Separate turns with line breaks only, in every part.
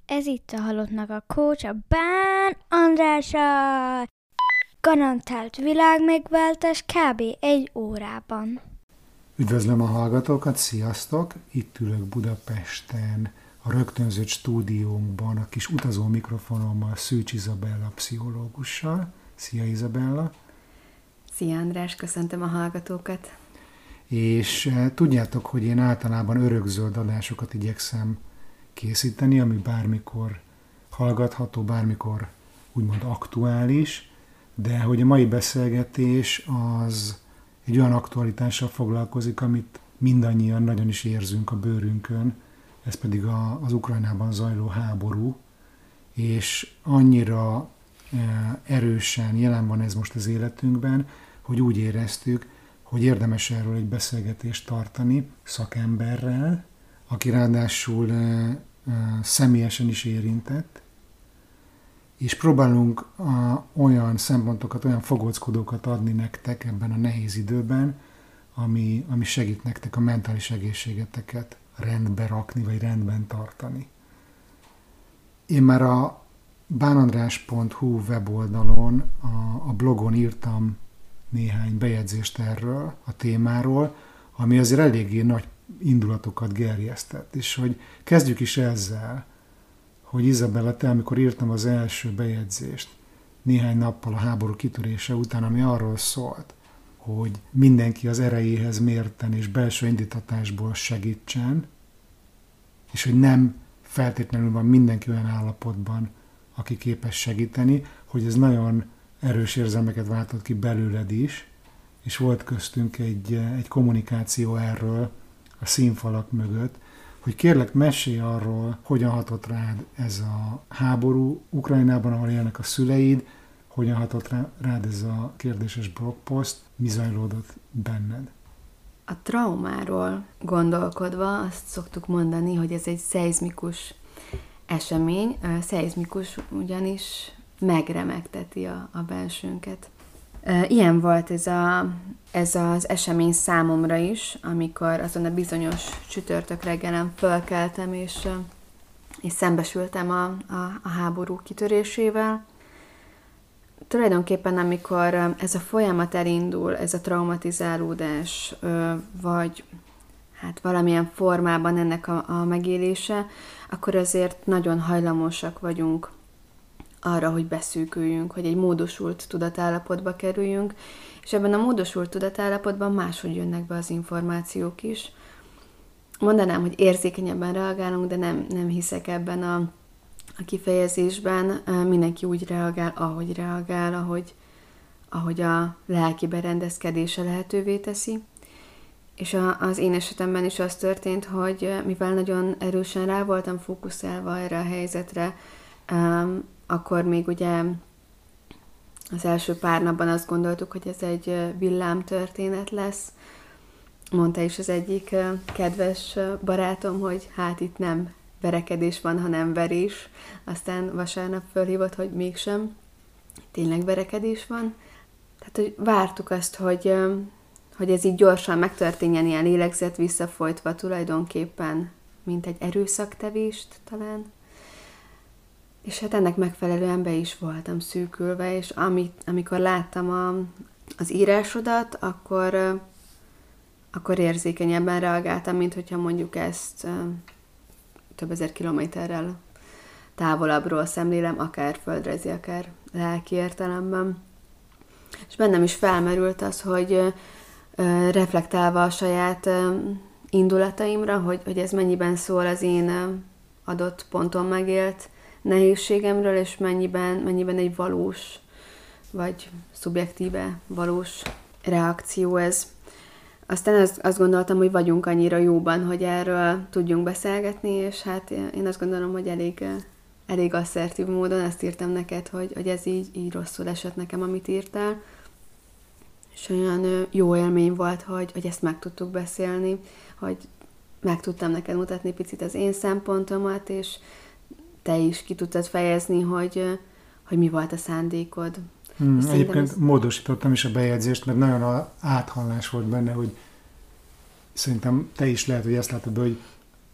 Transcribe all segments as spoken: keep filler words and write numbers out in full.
Ez itt a Halottnak a Coach, a Bán Andrással. Garantált világmegváltás kb. Egy órában.
Üdvözlöm a hallgatókat, sziasztok! Itt ülök Budapesten, a rögtönzött stúdiónkban, a kis utazó mikrofonommal, Szűcs Izabella pszichológussal. Szia Izabella!
Szia András, köszöntöm a hallgatókat!
És e, tudjátok, hogy én általában örökzöld adásokat igyekszem készíteni, ami bármikor hallgatható, bármikor úgymond aktuális, de hogy a mai beszélgetés az egy olyan aktualitással foglalkozik, amit mindannyian nagyon is érzünk a bőrünkön, ez pedig a, az Ukrajnában zajló háború, és annyira e, erősen jelen van ez most az életünkben, hogy úgy éreztük, hogy érdemes erről egy beszélgetést tartani szakemberrel, aki ráadásul e, e, személyesen is érintett, és próbálunk a, olyan szempontokat, olyan fogóckodókat adni nektek ebben a nehéz időben, ami, ami segít nektek a mentális egészségeteket rendbe rakni, vagy rendben tartani. Én már a bánandrás pont hu weboldalon, a, a blogon írtam néhány bejegyzést erről a témáról, ami azért eléggé nagy indulatokat gerjesztett, és hogy kezdjük is ezzel, hogy Izabella, te amikor írtam az első bejegyzést néhány nappal a háború kitörése után, ami arról szólt, hogy mindenki az erejéhez mérten és belső indítatásból segítsen, és hogy nem feltétlenül van mindenki olyan állapotban, aki képes segíteni, hogy ez nagyon erős érzelmeket váltott ki belőled is, és volt köztünk egy, egy kommunikáció erről a színfalak mögött, hogy kérlek, mesélj arról, hogyan hatott rád ez a háború Ukrajnában, ahol élnek a szüleid, hogyan hatott rád ez a kérdéses blogpost, mi zajlódott benned?
A traumáról gondolkodva azt szoktuk mondani, hogy ez egy szeizmikus esemény. A szeizmikus ugyanis megremegteti a, a bensőnket. Ilyen volt ez, a, ez az esemény számomra is, amikor azon a bizonyos csütörtök reggelen fölkeltem, és, és szembesültem a, a, a háború kitörésével. Tulajdonképpen amikor ez a folyamat elindul, ez a traumatizálódás, vagy hát valamilyen formában ennek a, a megélése, akkor azért nagyon hajlamosak vagyunk arra, hogy beszűküljünk, hogy egy módosult tudatállapotba kerüljünk, és ebben a módosult tudatállapotban máshogy jönnek be az információk is. Mondanám, hogy érzékenyebben reagálunk, de nem, nem hiszek ebben a, a kifejezésben. Mindenki úgy reagál, ahogy reagál, ahogy, ahogy a lelki berendezkedése lehetővé teszi. És a, az én esetemben is az történt, hogy mivel nagyon erősen rá voltam fókuszálva erre a helyzetre, um, akkor még ugye az első pár napban azt gondoltuk, hogy ez egy villámtörténet lesz. Mondta is az egyik kedves barátom, hogy hát itt nem verekedés van, hanem verés. Aztán vasárnap fölhívott, hogy mégsem, tényleg verekedés van. Tehát, hogy vártuk azt, hogy, hogy ez így gyorsan megtörténjen, ilyen lélegzet visszafolytva tulajdonképpen, mint egy erőszaktevést talán. És hát ennek megfelelően be is voltam szűkülve, és amit, amikor láttam a, az írásodat, akkor, akkor érzékenyebben reagáltam, mint hogyha mondjuk ezt több ezer kilométerrel távolabbról szemlélem, akár földrajzi, akár lelki értelemben. És bennem is felmerült az, hogy reflektálva a saját indulataimra, hogy, hogy ez mennyiben szól az én adott ponton megélt nehézségemről, és mennyiben, mennyiben egy valós, vagy szubjektíve valós reakció ez. Aztán azt, azt gondoltam, hogy vagyunk annyira jóban, hogy erről tudjunk beszélgetni, és hát én azt gondolom, hogy elég, elég asszertív módon ezt írtam neked, hogy, hogy ez így, így rosszul esett nekem, amit írtál. És olyan jó élmény volt, hogy, hogy ezt meg tudtuk beszélni, hogy meg tudtam neked mutatni picit az én szempontomat, és te is ki tudtad fejezni, hogy, hogy mi volt a szándékod.
Hmm, egyébként ez... módosítottam is a bejegyzést, mert nagyon áthallás volt benne, hogy szerintem te is lehet, hogy ezt látod, hogy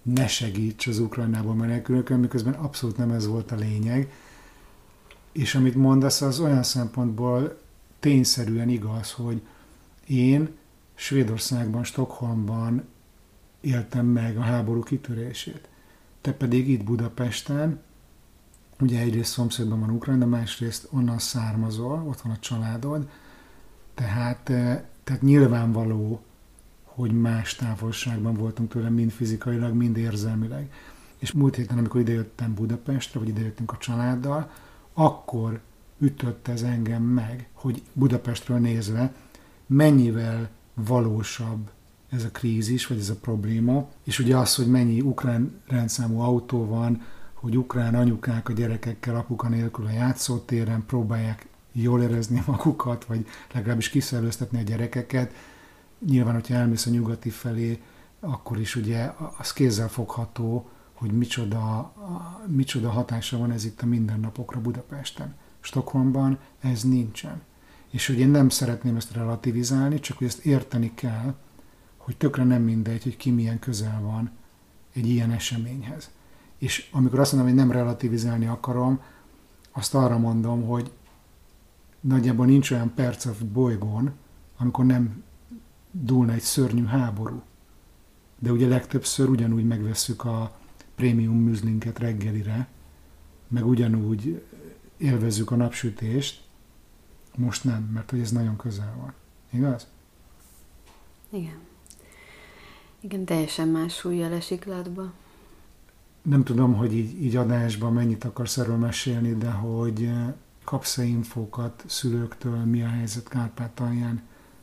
ne segíts az Ukrajnából menekülőkön, miközben abszolút nem ez volt a lényeg. És amit mondasz, az olyan szempontból tényszerűen igaz, hogy én Svédországban, Stockholmban éltem meg a háború kitörését. Te pedig itt Budapesten, ugye egyrészt szomszédban van Ukrajna, másrészt onnan származol, ott van a családod, tehát, tehát nyilvánvaló, hogy más távolságban voltunk tőle, mind fizikailag, mind érzelmileg. És múlt héten, amikor idejöttem Budapestre, vagy idejöttünk a családdal, akkor ütött ez engem meg, hogy Budapestről nézve mennyivel valósabb ez a krízis, vagy ez a probléma, és ugye az, hogy mennyi ukrán rendszámú autó van, hogy ukrán anyukák a gyerekekkel apuka nélkül a játszótéren próbálják jól érezni magukat, vagy legalábbis kiszellőztetni a gyerekeket. Nyilván, hogyha elmész a nyugati felé, akkor is ugye az kézzel fogható, hogy micsoda, micsoda hatása van ez itt a mindennapokra Budapesten. Stockholmban ez nincsen. És hogy én nem szeretném ezt relativizálni, csak hogy ezt érteni kell, hogy tökre nem mindegy, hogy ki milyen közel van egy ilyen eseményhez. És amikor azt mondom, hogy nem relativizálni akarom, azt arra mondom, hogy nagyjából nincs olyan perc a bolygón, amikor nem dúlna egy szörnyű háború. De ugye legtöbbször ugyanúgy megvesszük a prémium műzlinket reggelire, meg ugyanúgy élvezzük a napsütést, most nem, mert hogy ez nagyon közel van. Igaz?
Igen. Igen, teljesen más súllyal esik latba.
Nem tudom, hogy így, így adásban mennyit akarsz erről mesélni, de hogy kapsz-e infókat szülőktől, mi a helyzet Kárpátalján,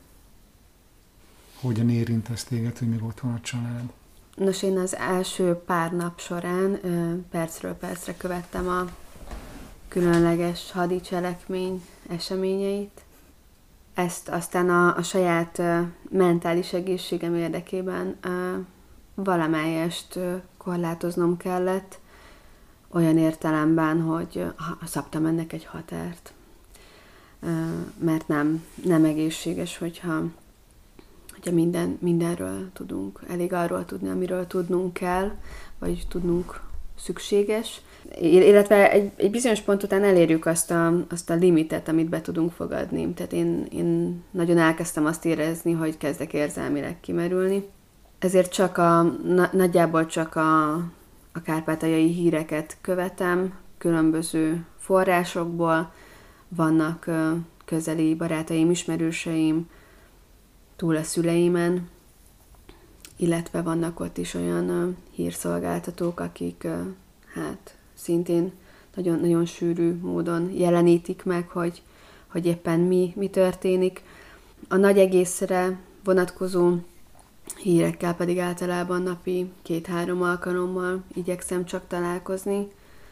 hogyan érint ez téged, hogy még ott van a család?
Nos, én az első pár nap során percről percre követtem a különleges hadicselekmény eseményeit. Ezt aztán a, a saját uh, mentális egészségem érdekében uh, valamelyest uh, korlátoznom kellett, olyan értelemben, hogy uh, szabtam ennek egy határt. Uh, mert nem, nem egészséges, hogyha, hogyha minden, mindenről tudunk, elég arról tudni, amiről tudnunk kell, vagy tudnunk szükséges. Illetve egy, egy bizonyos pont után elérjük azt a, azt a limitet, amit be tudunk fogadni. Tehát én, én nagyon elkezdtem azt érezni, hogy kezdek érzelmileg kimerülni. Ezért csak a, na, nagyjából csak a, a kárpátaljai híreket követem, különböző forrásokból. Vannak uh, közeli barátaim, ismerőseim, túl a szüleimen, illetve vannak ott is olyan uh, hírszolgáltatók, akik uh, hát szintén nagyon, nagyon sűrű módon jelenítik meg, hogy, hogy éppen mi, mi történik. A nagy egészre vonatkozó hírekkel pedig általában napi két-három alkalommal igyekszem csak találkozni.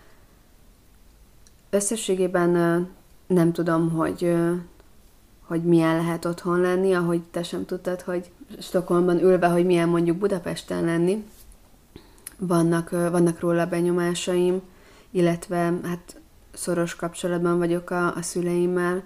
Összességében uh, nem tudom, hogy, uh, hogy milyen lehet otthon lenni, ahogy te sem tudtad, hogy Stockholmban ülve, hogy milyen mondjuk Budapesten lenni. Vannak, vannak róla benyomásaim, illetve hát szoros kapcsolatban vagyok a, a szüleimmel.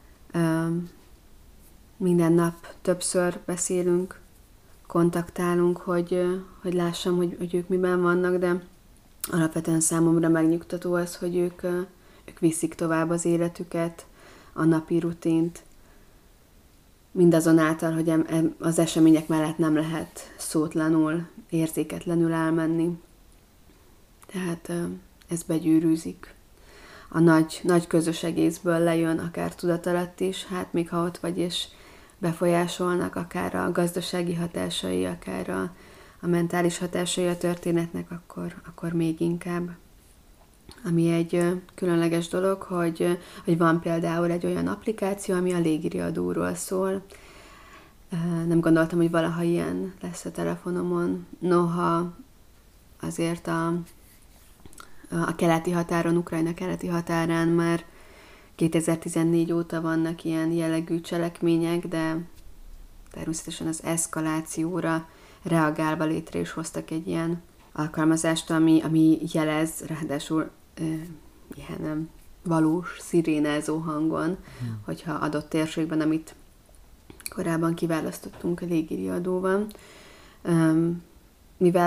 Minden nap többször beszélünk, kontaktálunk, hogy, hogy lássam, hogy, hogy ők miben vannak, de alapvetően számomra megnyugtató az, hogy ők, ők viszik tovább az életüket, a napi rutint, mindazonáltal, hogy az események mellett nem lehet szótlanul, érzéketlenül elmenni. Tehát ez begyűrűzik. A nagy, nagy közös egészből lejön akár tudatalatt is, hát még ha ott vagy és befolyásolnak, akár a gazdasági hatásai, akár a, a mentális hatásai a történetnek, akkor, akkor még inkább. Ami egy különleges dolog, hogy, hogy van például egy olyan applikáció, ami a légiriadóról szól. Nem gondoltam, hogy valaha ilyen lesz a telefonomon. Noha azért a, a keleti határon, Ukrajna keleti határán már kétezer-tizennégy óta vannak ilyen jellegű cselekmények, de természetesen az eszkalációra reagálva létre is hoztak egy ilyen alkalmazást, ami, ami jelez, ráadásul e, ilyen valós, szirénázó hangon, hmm. hogyha adott térségben, amit korábban kiválasztottunk a légiriadóban. Um, mivel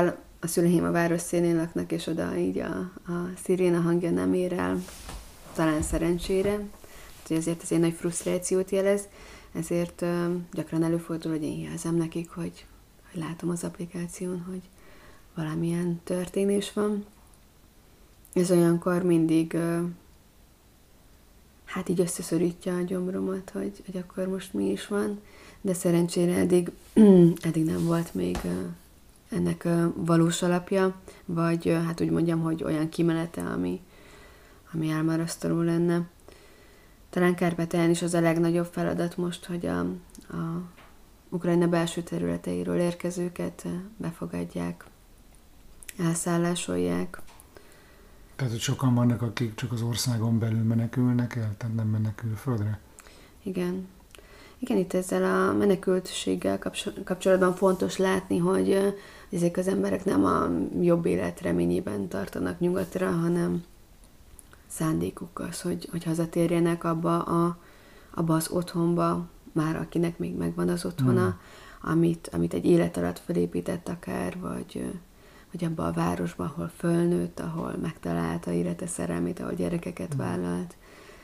a szüleim a város szélén laknak, és oda így a, a sziréna hangja nem ér el, talán szerencsére, hogy ezért ez egy nagy frusztrációt jelez, ezért uh, gyakran előfordul, hogy én jelzem nekik, hogy, hogy látom az applikáción, hogy valamilyen történés van. Ez olyankor mindig uh, hát így összeszorítja a gyomromat, hogy, hogy akkor most mi is van, de szerencsére eddig, eddig nem volt még uh, ennek uh, valós alapja, vagy uh, hát úgy mondjam, hogy olyan kimenete, ami, ami elmarasztaló lenne. Talán Kárpátalján is az a legnagyobb feladat most, hogy a, a Ukrajna belső területeiről érkezőket befogadják, elszállásolják.
Tehát, hogy sokan vannak, akik csak az országon belül menekülnek el, tehát nem mennek külföldre?
Igen. Igen, itt ezzel a menekültséggel kapcsolatban fontos látni, hogy ezek az emberek nem a jobb élet reményében tartanak nyugatra, hanem szándékuk az, hogy, hogy hazatérjenek abba, a, abba az otthonba, már akinek még megvan az otthona, mm. amit, amit egy élet alatt felépített akár, vagy, vagy abba a városba, ahol fölnőtt, ahol megtalálta élete szerelmét, ahol gyerekeket mm. vállalt.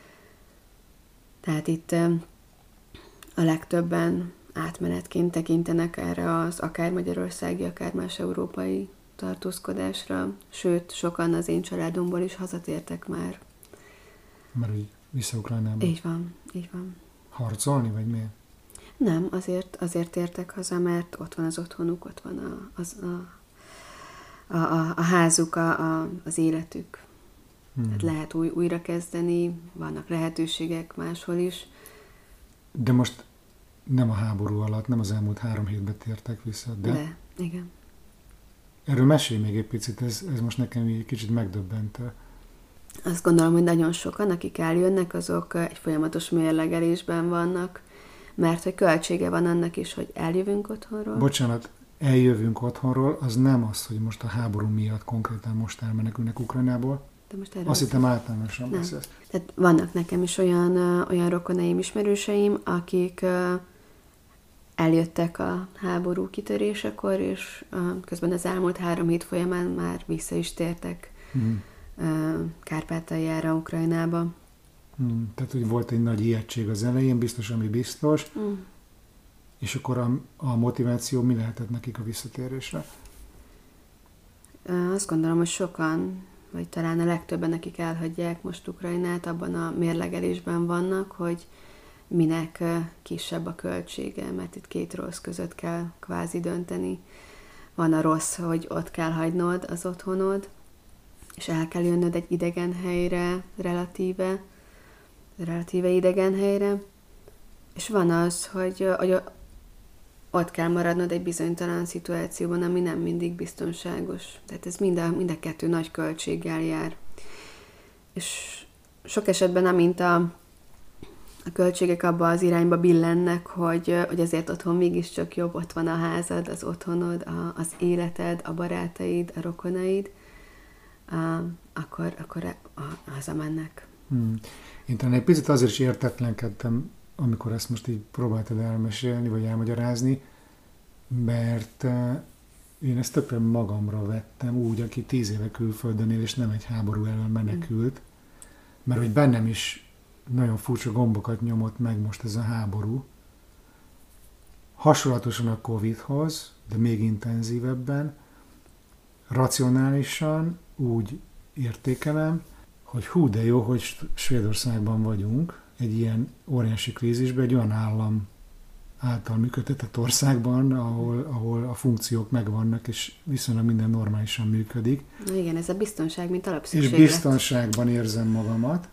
Tehát itt a legtöbben átmenetként tekintenek erre az akár magyarországi, akár más európai tartózkodásra, sőt, sokan az én családomból is hazatértek már.
Mert úgy vissza Ukrajnába?
Így van, így van.
Harcolni, vagy miért?
Nem, azért, azért tértek haza, mert ott van az otthonuk, ott van a, az, a, a, a, a házuk, a, a, az életük. Hmm. Tehát lehet új, újra kezdeni, vannak lehetőségek máshol is.
De most nem a háború alatt, nem az elmúlt három hétben tértek vissza, de...
De, igen.
Erről mesélj még egy picit, ez, ez most nekem egy kicsit megdöbbentő.
Azt gondolom, hogy nagyon sokan, akik eljönnek, azok egy folyamatos mérlegelésben vannak, mert hogy költsége van annak is, hogy eljövünk otthonról.
Bocsánat, eljövünk otthonról, az nem az, hogy most a háború miatt konkrétan most elmenekülnek Ukrajnából.
De most
azt hittem általánosan beszélsz.
Tehát vannak nekem is olyan, olyan rokonaim, ismerőseim, akik eljöttek a háború kitörésekor, és közben az elmúlt három hét folyamán már vissza is tértek hmm. Kárpátaljára, Ukrajnába.
Hmm. Tehát, hogy volt egy nagy ijegység az elején, biztos, ami biztos, hmm. és akkor a, a motiváció mi lehetett nekik a visszatérésre?
Azt gondolom, hogy sokan, vagy talán a legtöbben, akik elhagyják most Ukrajnát, abban a mérlegelésben vannak, hogy minek kisebb a költsége, mert itt két rossz között kell kvázi dönteni. Van a rossz, hogy ott kell hagynod az otthonod, és el kell jönnöd egy idegen helyre, relatíve, relatíve idegen helyre, és van az, hogy, hogy ott kell maradnod egy bizonytalan szituációban, ami nem mindig biztonságos. Tehát ez mind a, mind a kettő nagy költséggel jár. És sok esetben, amint a, a költségek abba az irányba billennek, hogy, hogy azért otthon mégiscsak jobb, ott van a házad, az otthonod, a, az életed, a barátaid, a rokonaid, a, akkor, akkor hazamennek. Hmm.
Én talán egy picit azért is értetlenkedtem, amikor ezt most így próbáltad elmesélni, vagy elmagyarázni, mert én ezt tökre magamra vettem úgy, aki tíz éve külföldön él, és nem egy háború elől menekült, mert hogy bennem is nagyon furcsa gombokat nyomott meg most ez a háború. Hasonlatosan a Covidhoz, de még intenzívebben, racionálisan úgy értékelem, hogy hú, de jó, hogy Svédországban vagyunk, egy ilyen óriási krízisben, egy olyan állam által működtetett országban, ahol, ahol a funkciók megvannak, és viszonylag minden normálisan működik.
Igen, ez a biztonság, mint alapszükséglet.
És biztonságban érzem magamat.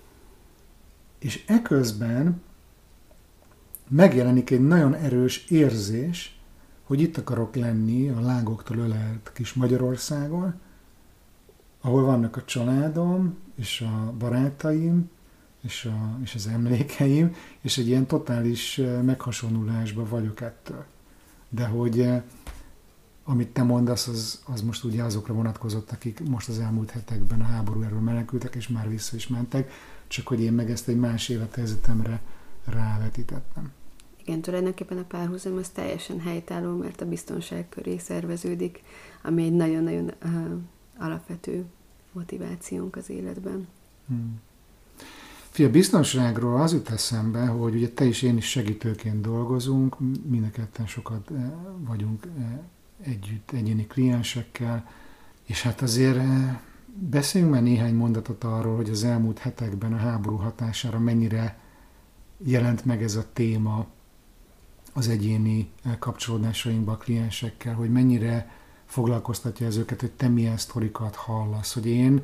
És eközben megjelenik egy nagyon erős érzés, hogy itt akarok lenni a lángoktól ölelt kis Magyarországon, ahol vannak a családom, és a barátaim, és, a, és az emlékeim, és egy ilyen totális meghasonulásban vagyok ettől. De hogy amit te mondasz, az, az most ugye azokra vonatkozott, akik most az elmúlt hetekben a háború erről menekültek, és már vissza is mentek, csak hogy én meg ezt egy más élethelyzetemre rávetítettem.
Igen, tulajdonképpen a párhuzam az teljesen helytálló, mert a biztonság köré szerveződik, ami egy nagyon-nagyon uh, alapvető motivációnk az életben.
Hmm. Fia, biztonságról az jut eszembe, hogy ugye te is, én is segítőként dolgozunk, mind a ketten sokat vagyunk együtt egyéni kliensekkel, és hát azért beszéljünk már néhány mondatot arról, hogy az elmúlt hetekben a háború hatására mennyire jelent meg ez a téma az egyéni kapcsolódásainkban a kliensekkel, hogy mennyire foglalkoztatja ez őket, hogy te milyen sztorikat hallasz, hogy én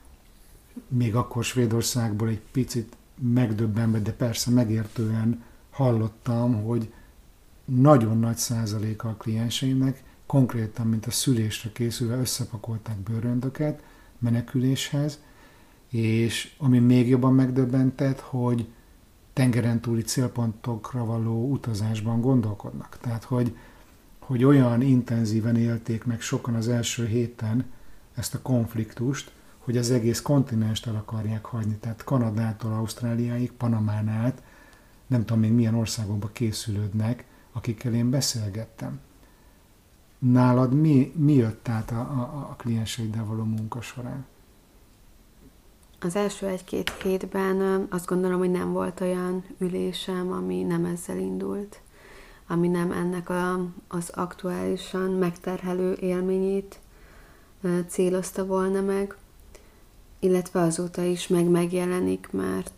még akkor Svédországból egy picit megdöbbenve, de persze megértően hallottam, hogy nagyon nagy százaléka a klienseimnek konkrétan, mint a szülésre készülve összepakolták bőröndöket meneküléshez, és ami még jobban megdöbbentett, hogy tengeren túli célpontokra való utazásban gondolkodnak. Tehát, hogy, hogy olyan intenzíven élték meg sokan az első héten ezt a konfliktust, hogy az egész kontinenst el akarják hagyni. Tehát Kanadától Ausztráliáig, Panamán át, nem tudom még milyen országokba készülődnek, akikkel én beszélgettem. Nálad mi, mi jött át a, a, a klienseiddel való munka során?
Az első egy-két hétben azt gondolom, hogy nem volt olyan ülésem, ami nem ezzel indult, ami nem ennek a, az aktuálisan megterhelő élményét célozta volna meg, illetve azóta is meg megjelenik, mert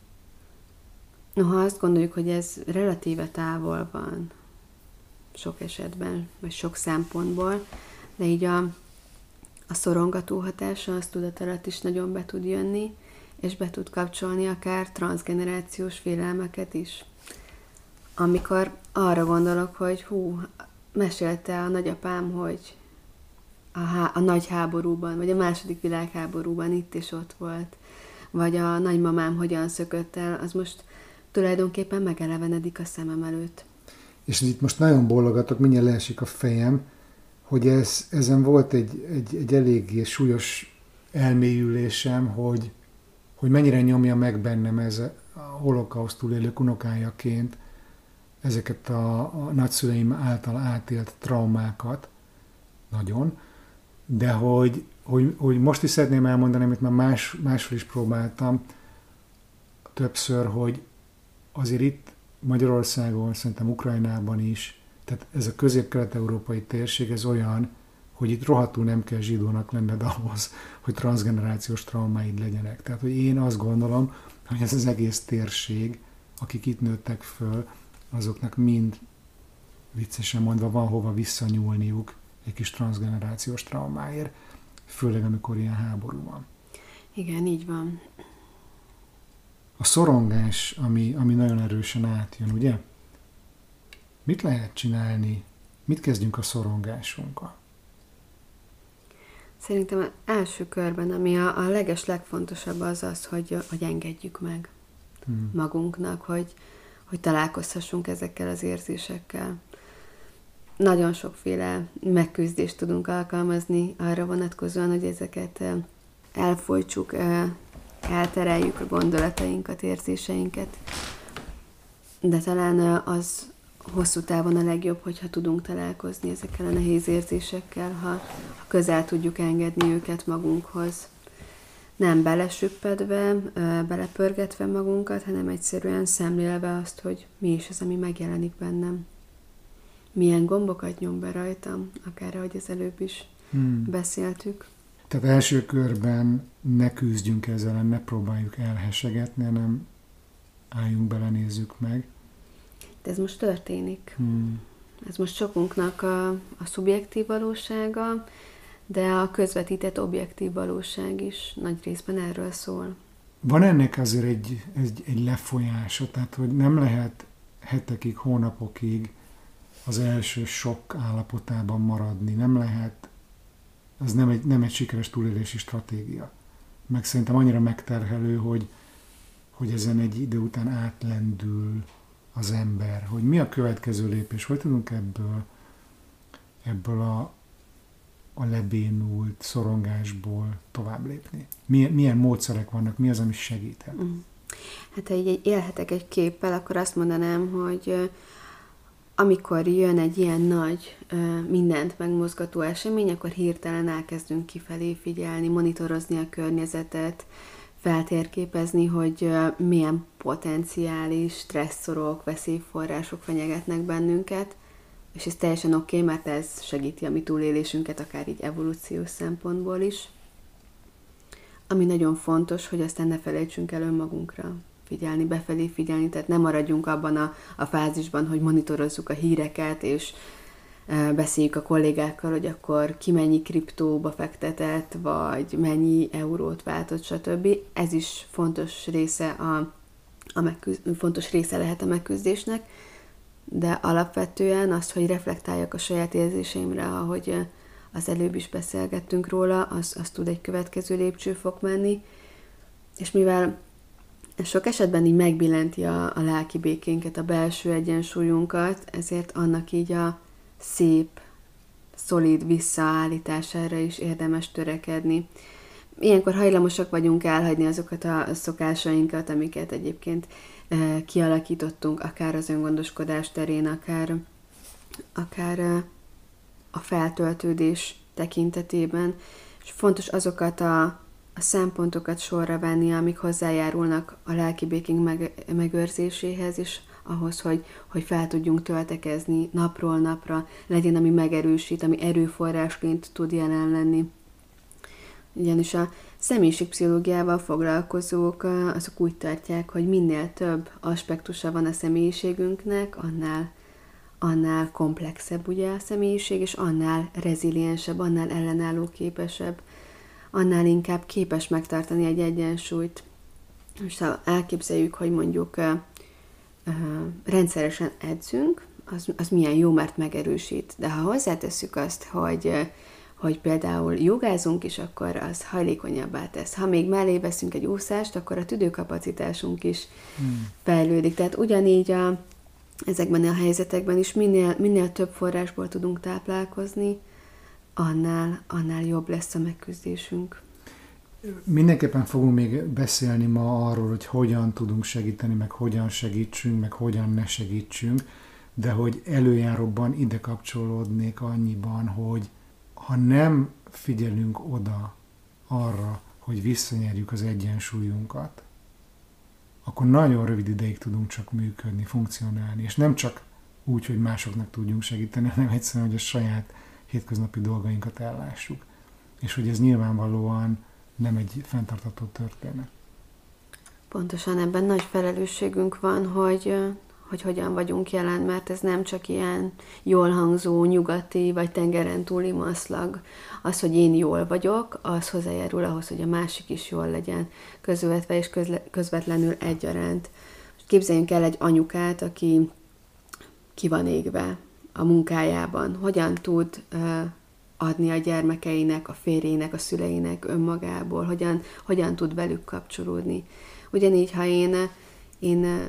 noha azt gondoljuk, hogy ez relatíve távol van sok esetben, vagy sok szempontból, de így a, a szorongató hatása az tudat alatt is nagyon be tud jönni, és be tud kapcsolni akár transzgenerációs félelmeket is. Amikor arra gondolok, hogy hú, mesélte a nagyapám, hogy a, há- a nagy háborúban, vagy a második világháborúban itt és ott volt, vagy a nagymamám hogyan szökött el, az most tulajdonképpen megelevenedik a szemem előtt.
És itt most nagyon bólogatok, mindjárt leesik a fejem, hogy ez, ezen volt egy, egy, egy eléggé súlyos elmélyülésem, hogy, hogy mennyire nyomja meg bennem ez a holokausztul élők unokájaként ezeket a, a nagyszüleim által átélt traumákat, nagyon, de hogy, hogy, hogy most is szeretném elmondani, amit már más, máshol is próbáltam többször, hogy azért itt Magyarországon, szerintem Ukrajnában is, tehát ez a közép-kelet-európai térség, ez olyan, hogy itt rohadtul nem kell zsidónak lenned ahhoz, hogy transzgenerációs traumáid legyenek. Tehát, hogy én azt gondolom, hogy ez az egész térség, akik itt nőttek föl, azoknak mind, viccesen mondva, van hova visszanyúlniuk egy kis transzgenerációs traumáért, főleg amikor ilyen háború van.
Igen, így van.
A szorongás, ami, ami nagyon erősen átjön, ugye? Mit lehet csinálni? Mit kezdjünk a szorongásunkkal?
Szerintem az első körben, ami a, a leges legfontosabb az az, hogy, hogy engedjük meg hmm. magunknak, hogy, hogy találkozhassunk ezekkel az érzésekkel. Nagyon sokféle megküzdést tudunk alkalmazni arra vonatkozóan, hogy ezeket elfolytsuk, eltereljük a gondolatainkat, érzéseinket. De talán az hosszú távon a legjobb, hogyha tudunk találkozni ezekkel a nehéz érzésekkel, ha, ha közel tudjuk engedni őket magunkhoz. Nem belesüppedve, belepörgetve magunkat, hanem egyszerűen szemlélve azt, hogy mi is az, ami megjelenik bennem. Milyen gombokat nyom be rajtam, akár ahogy az előbb is hmm. beszéltük.
Tehát első körben ne küzdjünk ezzel, ne próbáljuk elhesegetni, hanem álljunk bele, nézzük meg.
De ez most történik.
Hmm.
Ez most sokunknak a, a szubjektív valósága, de a közvetített objektív valóság is nagy részben erről szól.
Van ennek azért egy, egy, egy lefolyása, tehát hogy nem lehet hetekig, hónapokig az első sok állapotában maradni, nem lehet, ez nem egy, nem egy sikeres túlélési stratégia. Meg szerintem annyira megterhelő, hogy, hogy ezen egy idő után átlendül az ember, hogy mi a következő lépés, hogy tudunk ebből, ebből a, a lebénult szorongásból tovább lépni. Milyen, milyen módszerek vannak, mi az, ami segíthet? Mm.
Hát ha így élhetek egy képpel, akkor azt mondanám, hogy amikor jön egy ilyen nagy, mindent megmozgató esemény, akkor hirtelen elkezdünk kifelé figyelni, monitorozni a környezetet, feltérképezni, hogy milyen potenciális stresszorok, veszélyforrások fenyegetnek bennünket, és ez teljesen oké, okay, mert ez segíti a mi túlélésünket, akár így evolúciós szempontból is. Ami nagyon fontos, hogy aztán ne felejtsünk el önmagunkra figyelni, befelé figyelni, tehát ne maradjunk abban a, a fázisban, hogy monitorozzuk a híreket, és e, beszéljük a kollégákkal, hogy akkor ki mennyi kriptóba fektetett, vagy mennyi eurót váltott, stb. Ez is fontos része, a, a megküzd, fontos része lehet a megküzdésnek, de alapvetően azt, hogy reflektáljak a saját érzéseimre, ahogy az előbb is beszélgettünk róla, az, az tud egy következő lépcsőfok menni, és mivel sok esetben így megbillenti a, a lelki békénket, a belső egyensúlyunkat, ezért annak így a szép, szolid visszaállítására is érdemes törekedni. Ilyenkor hajlamosak vagyunk elhagyni azokat a szokásainkat, amiket egyébként e, kialakítottunk, akár az öngondoskodás terén, akár, akár e, a feltöltődés tekintetében. És fontos azokat a, a szempontokat sorra venni, amik hozzájárulnak a lelki békénk meg, megőrzéséhez, és ahhoz, hogy, hogy fel tudjunk töltekezni napról napra, legyen, ami megerősít, ami erőforrásként tud jelen lenni. Ugyanis a személyiségpszichológiával foglalkozók azok úgy tartják, hogy minél több aspektusa van a személyiségünknek, annál, annál komplexebb ugye a személyiség, és annál reziliensebb, annál ellenálló képesebb, annál inkább képes megtartani egy egyensúlyt. És ha elképzeljük, hogy mondjuk uh, uh, rendszeresen edzünk, az, az milyen jó, mert megerősít. De ha hozzátesszük azt, hogy uh, hogy például jogázunk is, akkor az hajlékonyabbá tesz. Ha még mellé veszünk egy úszást, akkor a tüdőkapacitásunk is hmm. fejlődik. Tehát ugyanígy a, ezekben a helyzetekben is minél, minél több forrásból tudunk táplálkozni, annál, annál jobb lesz a megküzdésünk.
Mindenképpen fogunk még beszélni ma arról, hogy hogyan tudunk segíteni, meg hogyan segítsünk, meg hogyan ne segítsünk, de hogy előjáróban ide kapcsolódnék annyiban, hogy ha nem figyelünk oda arra, hogy visszanyerjük az egyensúlyunkat, akkor nagyon rövid ideig tudunk csak működni, funkcionálni, és nem csak úgy, hogy másoknak tudjunk segíteni, hanem egyszerűen, hogy a saját hétköznapi dolgainkat ellássuk. És hogy ez nyilvánvalóan nem egy fenntartható történet.
Pontosan ebben nagy felelősségünk van, hogy... hogy hogyan vagyunk jelen, mert ez nem csak ilyen jól hangzó, nyugati vagy tengeren túli maszlag. Az, hogy én jól vagyok, az hozzájárul ahhoz, hogy a másik is jól legyen, közvetve és közle- közvetlenül egyaránt. Képzeljünk el egy anyukát, aki ki van égve a munkájában. Hogyan tud uh, adni a gyermekeinek, a férjének, a szüleinek önmagából, hogyan, hogyan tud velük kapcsolódni. Ugyanígy, ha én, én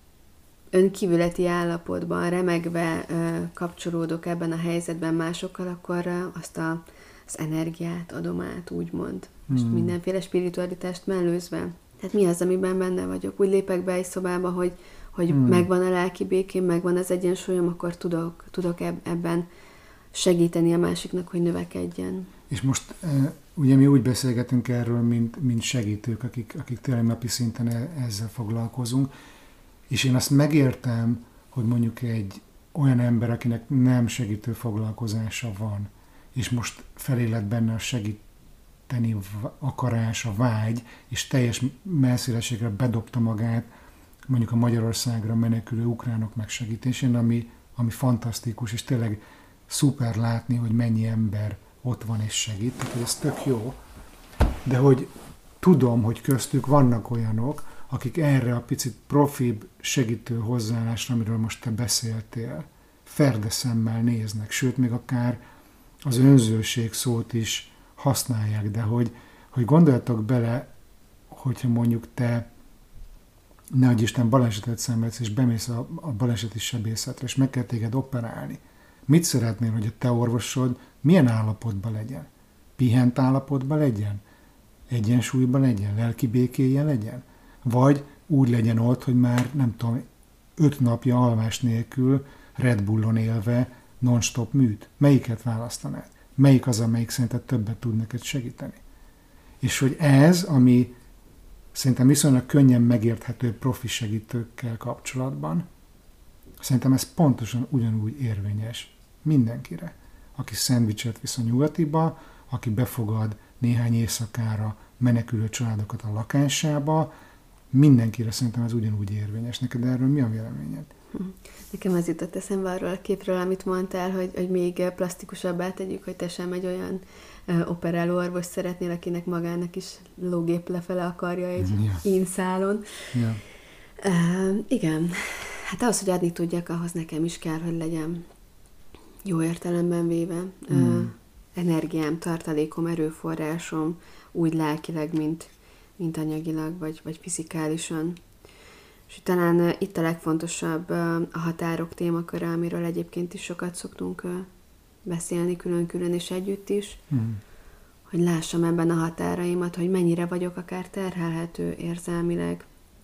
önkívületi állapotban remegve ö, kapcsolódok ebben a helyzetben másokkal, akkor ö, azt a, az energiát adom át, úgymond. Most hmm. mindenféle spiritualitást mellőzve. Tehát mi az, amiben benne vagyok? Úgy lépek be egy szobába, hogy, hogy hmm. megvan a lelki békém, megvan az egyensúlyom, akkor tudok, tudok ebben segíteni a másiknak, hogy növekedjen.
És most ugye mi úgy beszélgetünk erről, mint, mint segítők, akik, akik tényleg napi szinten ezzel foglalkozunk, és én azt megértem, hogy mondjuk egy olyan ember, akinek nem segítő foglalkozása van, és most feléled benne a segíteni akarás, a vágy, és teljes messzélességre bedobta magát mondjuk a Magyarországra menekülő ukránok megsegítésén, ami, ami fantasztikus, és tényleg szuper látni, hogy mennyi ember ott van és segít, tehát ez tök jó, de hogy tudom, hogy köztük vannak olyanok, akik erre a picit profibb segítő hozzáállásra, amiről most te beszéltél, ferdeszemmel néznek, sőt, még akár az önzőség szót is használják, de hogy, hogy gondoljatok bele, hogyha mondjuk te, ne adj Isten, balesetet szenvedsz, és bemész a, a baleseti sebészetre, és meg kell téged operálni. Mit szeretnél, hogy a te orvosod milyen állapotban legyen? Pihent állapotban legyen? Egyensúlyban legyen? Lelki békéje legyen? Vagy úgy legyen ott, hogy már nem tudom, öt napja alvás nélkül Red Bullon élve non-stop műt. Melyiket választanád? Melyik az, amelyik szerinted többet tud neked segíteni? És hogy ez, ami szerintem viszonylag könnyen megérthető profi segítőkkel kapcsolatban, szerintem ez pontosan ugyanúgy érvényes mindenkire. Aki szendvicset visz a nyugatiba, aki befogad néhány éjszakára menekülő családokat a lakásába, mindenkire szerintem ez ugyanúgy érvényes. Neked erről mi a véleményed?
Nekem az jutott eszembe arról a képről, amit mondtál, hogy, hogy még plastikusabbá tegyük, hogy te sem egy olyan uh, operáló orvos szeretnél, akinek magának is lógép lefele akarja egy ja. ínszálon.
Ja.
Uh, igen, hát ahhoz, hogy adni tudjak, ahhoz nekem is kell, hogy legyen jó értelemben véve mm. uh, energiám, tartalékom, erőforrásom, úgy lelkileg, mint, mint anyagilag, vagy, vagy fizikálisan. És talán itt a legfontosabb a határok témaköre, amiről egyébként is sokat szoktunk beszélni, külön-külön és együtt is, mm. hogy lássam ebben a határaimat, hogy mennyire vagyok akár terhelhető érzelmileg.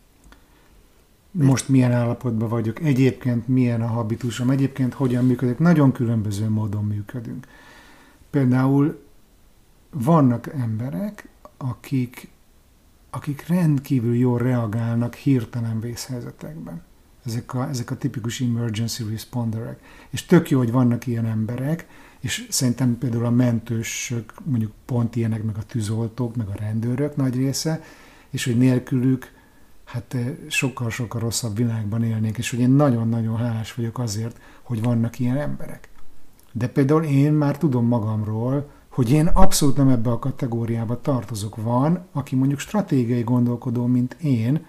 Mert... Most milyen állapotban vagyok, egyébként milyen a habitusom, egyébként hogyan működik, nagyon különböző módon működünk. Például vannak emberek, akik akik rendkívül jól reagálnak hirtelen vészhelyzetekben. Ezek a, ezek a tipikus emergency responderek. És tök jó, hogy vannak ilyen emberek, és szerintem például a mentősök, mondjuk pont ilyenek, meg a tűzoltók, meg a rendőrök nagy része, és hogy nélkülük hát sokkal-sokkal rosszabb világban élnénk, és hogy én nagyon-nagyon hálás vagyok azért, hogy vannak ilyen emberek. De például én már tudom magamról, hogy én abszolút nem ebbe a kategóriába tartozok. Van, aki mondjuk stratégiai gondolkodó, mint én,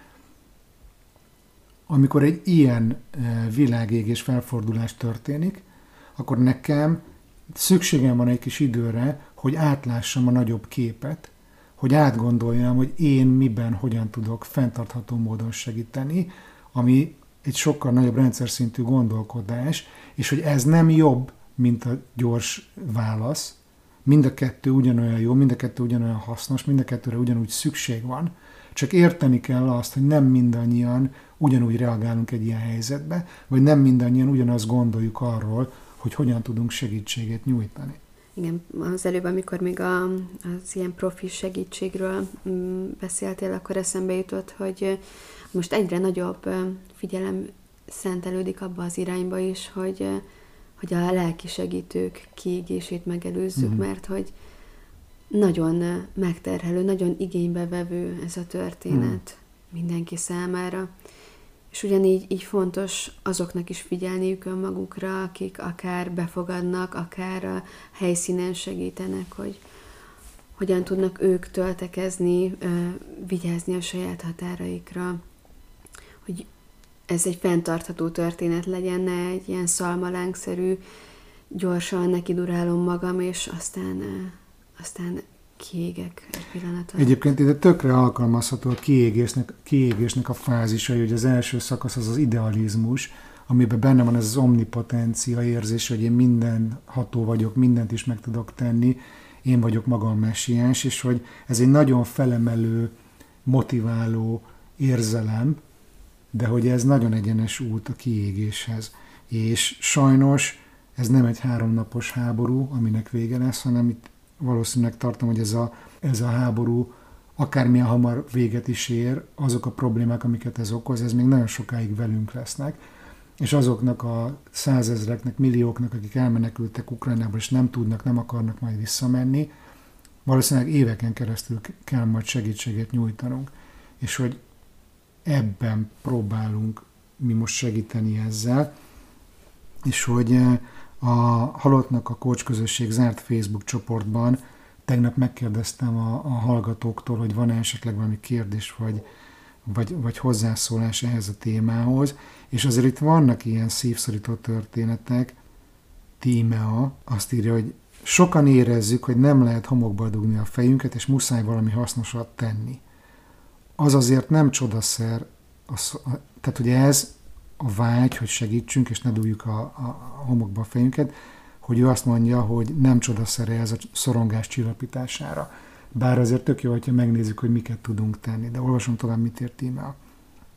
amikor egy ilyen világégés felfordulás történik, akkor nekem szükségem van egy kis időre, hogy átlássam a nagyobb képet, hogy átgondoljam, hogy én miben, hogyan tudok fenntartható módon segíteni, ami egy sokkal nagyobb rendszer szintű gondolkodás, és hogy ez nem jobb, mint a gyors válasz. Mind a kettő ugyanolyan jó, mind a kettő ugyanolyan hasznos, mind a kettőre ugyanúgy szükség van. Csak érteni kell azt, hogy nem mindannyian ugyanúgy reagálunk egy ilyen helyzetbe, vagy nem mindannyian ugyanazt gondoljuk arról, hogy hogyan tudunk segítséget nyújtani.
Igen, az előbb, amikor még a, az ilyen profi segítségről beszéltél, akkor eszembe jutott, hogy most egyre nagyobb figyelem szentelődik abba az irányba is, hogy hogy a lelki segítők kiégését megelőzzük, mm-hmm. mert hogy nagyon megterhelő, nagyon igénybevevő ez a történet mm. mindenki számára. És ugyanígy így fontos azoknak is figyelniük önmagukra, akik akár befogadnak, akár a helyszínen segítenek, hogy hogyan tudnak ők töltekezni, vigyázni a saját határaikra, hogy ez egy fenntartható történet legyen, ne egy ilyen szalmalánkszerű, gyorsan nekidurálom magam, és aztán, aztán kiégek egy pillanatra.
Egyébként ide tökre alkalmazható a kiégésnek, kiégésnek a fázisai, hogy az első szakasz az az idealizmus, amiben benne van ez az omnipotencia érzés, hogy én mindenható vagyok, mindent is meg tudok tenni, én vagyok magam messiáns, és hogy ez egy nagyon felemelő, motiváló érzelem, de hogy ez nagyon egyenes út a kiégéshez. És sajnos ez nem egy háromnapos háború, aminek vége lesz, hanem itt valószínűleg tartom, hogy ez a, ez a háború akármilyen hamar véget is ér, azok a problémák, amiket ez okoz, ez még nagyon sokáig velünk lesznek, és azoknak a százezreknek, millióknak, akik elmenekültek Ukrajnába, és nem tudnak, nem akarnak majd visszamenni, valószínűleg éveken keresztül kell majd segítséget nyújtanunk. És hogy ebben próbálunk mi most segíteni ezzel, és hogy a Halottnak a Coach Közösség zárt Facebook csoportban tegnap megkérdeztem a, a hallgatóktól, hogy van esetleg valami kérdés, vagy, vagy, vagy hozzászólás ehhez a témához, és azért itt vannak ilyen szívszorító történetek. Tímea azt írja, hogy sokan érezzük, hogy nem lehet homokba dugni a fejünket, és muszáj valami hasznosat tenni. Az azért nem csodaszer, az, a, tehát ugye ez a vágy, hogy segítsünk, és ne dugjuk a, a, a homokba a fejünket, hogy ő azt mondja, hogy nem csodaszere ez a szorongás csillapítására. Bár azért tök jó, hogyha megnézzük, hogy miket tudunk tenni. De olvasom tovább, mit írt Tímea.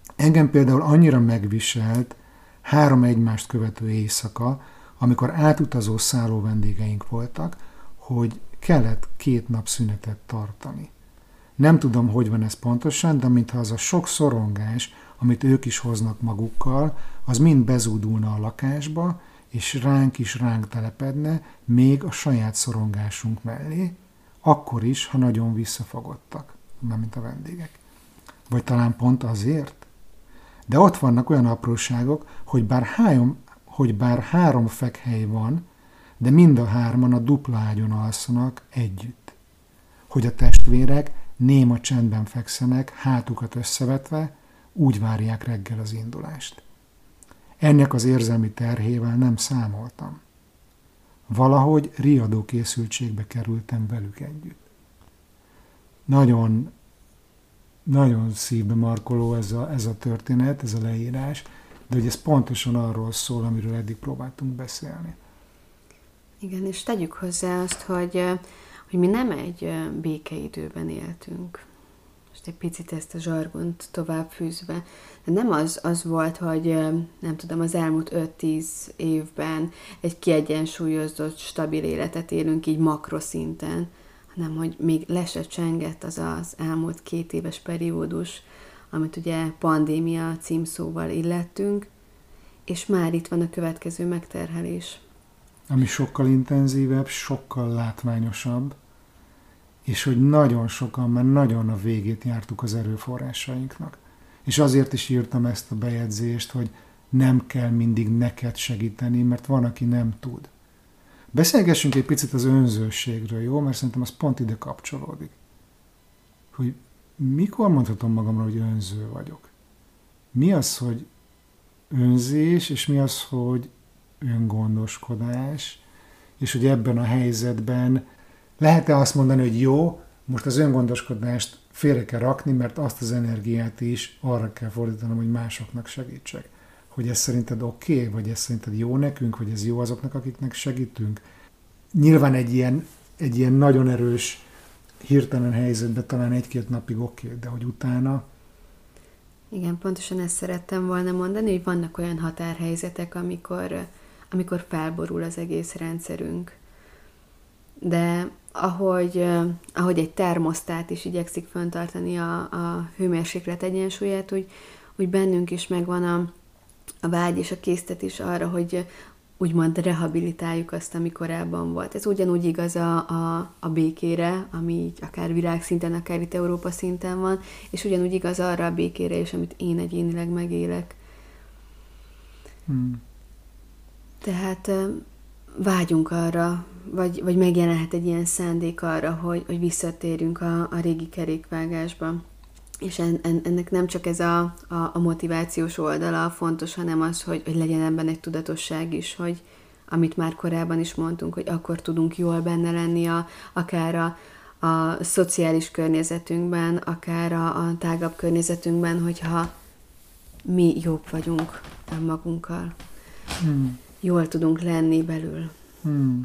Engem például annyira megviselt három egymást követő éjszaka, amikor átutazó szálló vendégeink voltak, hogy kellett két nap szünetet tartani. Nem tudom, hogy van ez pontosan, de mintha az a sok szorongás, amit ők is hoznak magukkal, az mind bezúdulna a lakásba, és ránk is ránk telepedne, még a saját szorongásunk mellé, akkor is, ha nagyon visszafogottak, mármint a vendégek. Vagy talán pont azért? De ott vannak olyan apróságok, hogy bár három, hogy bár három fekhely van, de mind a hárman a dupla ágyon alszanak együtt. Hogy a testvérek néma csendben fekszenek, hátukat összevetve, úgy várják reggel az indulást. Ennek az érzelmi terhével nem számoltam. Valahogy riadó készültségbe kerültem velük együtt. Nagyon, nagyon szívbe markoló ez a, ez a történet, ez a leírás, de hogy ez pontosan arról szól, amiről eddig próbáltunk beszélni.
Igen, és tegyük hozzá azt, hogy, hogy mi nem egy békeidőben éltünk. Most egy picit ezt a zsargont tovább fűzve. De nem az, az volt, hogy nem tudom, az elmúlt öt-tíz évben egy kiegyensúlyozott, stabil életet élünk így makroszinten, hanem hogy még le se csengett az az elmúlt két éves periódus, amit ugye pandémia címszóval illettünk, és már itt van a következő megterhelés.
Ami sokkal intenzívebb, sokkal látványosabb, és hogy nagyon sokan már nagyon a végét jártuk az erőforrásainknak. És azért is írtam ezt a bejegyzést, hogy nem kell mindig neked segíteni, mert van, aki nem tud. Beszélgessünk egy picit az önzőségről, jó? Mert szerintem az pont ide kapcsolódik. Hogy mikor mondhatom magamra, hogy önző vagyok? Mi az, hogy önzés, és mi az, hogy öngondoskodás, és hogy ebben a helyzetben lehet-e azt mondani, hogy jó, most az öngondoskodást félre kell rakni, mert azt az energiát is arra kell fordítanom, hogy másoknak segítsek. Hogy ez szerinted oké, okay, vagy ez szerinted jó nekünk, vagy ez jó azoknak, akiknek segítünk. Nyilván egy ilyen, egy ilyen nagyon erős, hirtelen helyzetben talán egy-két napig oké, okay, de hogy utána...
Igen, pontosan ezt szerettem volna mondani, hogy vannak olyan határhelyzetek, amikor, amikor felborul az egész rendszerünk. De ahogy, ahogy egy termosztát is igyekszik fenntartani a, a hőmérséklet egyensúlyát, úgy, úgy bennünk is megvan a, a vágy és a késztetés arra, hogy úgymond rehabilitáljuk azt, ami korábban volt. Ez ugyanúgy igaz a, a, a békére, ami így akár világszinten, akár itt Európa szinten van, és ugyanúgy igaz arra a békére is, amit én egyénileg megélek. Hmm. Tehát vágyunk arra, vagy, vagy megjelenhet egy ilyen szándék arra, hogy, hogy visszatérjünk a, a régi kerékvágásba. És en, en, ennek nem csak ez a, a, a motivációs oldala fontos, hanem az, hogy, hogy legyen ebben egy tudatosság is, hogy amit már korábban is mondtunk, hogy akkor tudunk jól benne lenni, a, akár a, a szociális környezetünkben, akár a, a tágabb környezetünkben, hogyha mi jobb vagyunk magunkkal. Hmm. Jól tudunk lenni belül.
Hmm.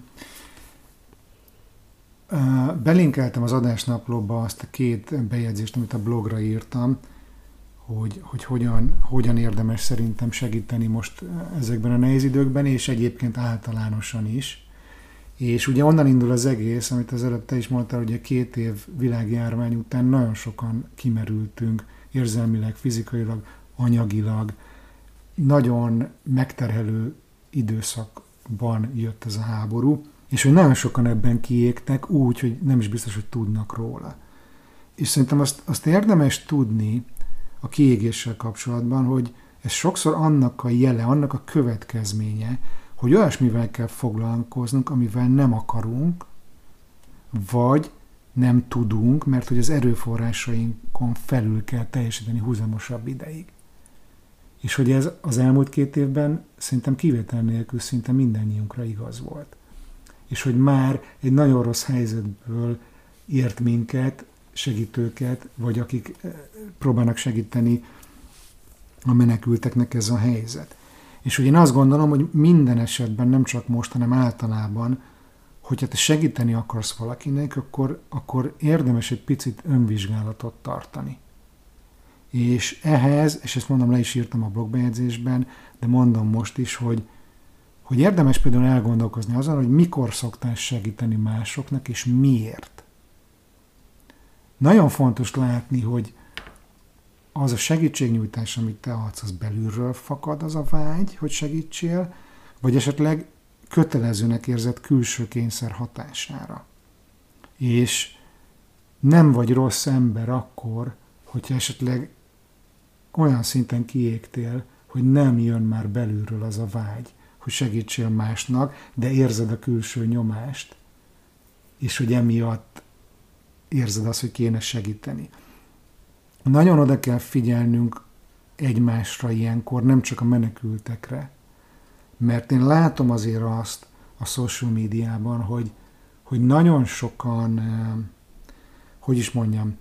Belinkeltem az adásnaplóba azt a két bejegyzést, amit a blogra írtam, hogy, hogy hogyan, hogyan érdemes szerintem segíteni most ezekben a nehéz időkben, és egyébként általánosan is. És ugye onnan indul az egész, amit az előbb te is mondtál, hogy a két év világjárvány után nagyon sokan kimerültünk érzelmileg, fizikailag, anyagilag. Nagyon megterhelő időszakban jött ez a háború, és hogy nagyon sokan ebben kiégtek úgy, hogy nem is biztos, hogy tudnak róla. És szerintem azt, azt érdemes tudni a kiégéssel kapcsolatban, hogy ez sokszor annak a jele, annak a következménye, hogy olyasmivel kell foglalkoznunk, amivel nem akarunk, vagy nem tudunk, mert hogy az erőforrásainkon felül kell teljesíteni húzamosabb ideig. És hogy ez az elmúlt két évben szerintem kivétel nélkül szinte mindannyiunkra igaz volt. És hogy már egy nagyon rossz helyzetből ért minket, segítőket, vagy akik próbálnak segíteni a menekülteknek ez a helyzet. És hogy én azt gondolom, hogy minden esetben, nem csak most, hanem általában, hogyha te segíteni akarsz valakinek, akkor, akkor érdemes egy picit önvizsgálatot tartani. És ehhez, és ezt mondom, le is írtam a blogbejegyzésben, de mondom most is, hogy, hogy érdemes például elgondolkozni azon, hogy mikor szoktál segíteni másoknak, és miért. Nagyon fontos látni, hogy az a segítségnyújtás, amit te adsz, az belülről fakad az a vágy, hogy segítsél, vagy esetleg kötelezőnek érzett külső kényszer hatására. És nem vagy rossz ember akkor, hogyha esetleg olyan szinten kiégtél, hogy nem jön már belülről az a vágy, hogy segítsél másnak, de érzed a külső nyomást, és hogy emiatt érzed azt, hogy kéne segíteni. Nagyon oda kell figyelnünk egymásra ilyenkor, nem csak a menekültekre, mert én látom azért azt a social médiában, hogy, hogy nagyon sokan, hogy is mondjam,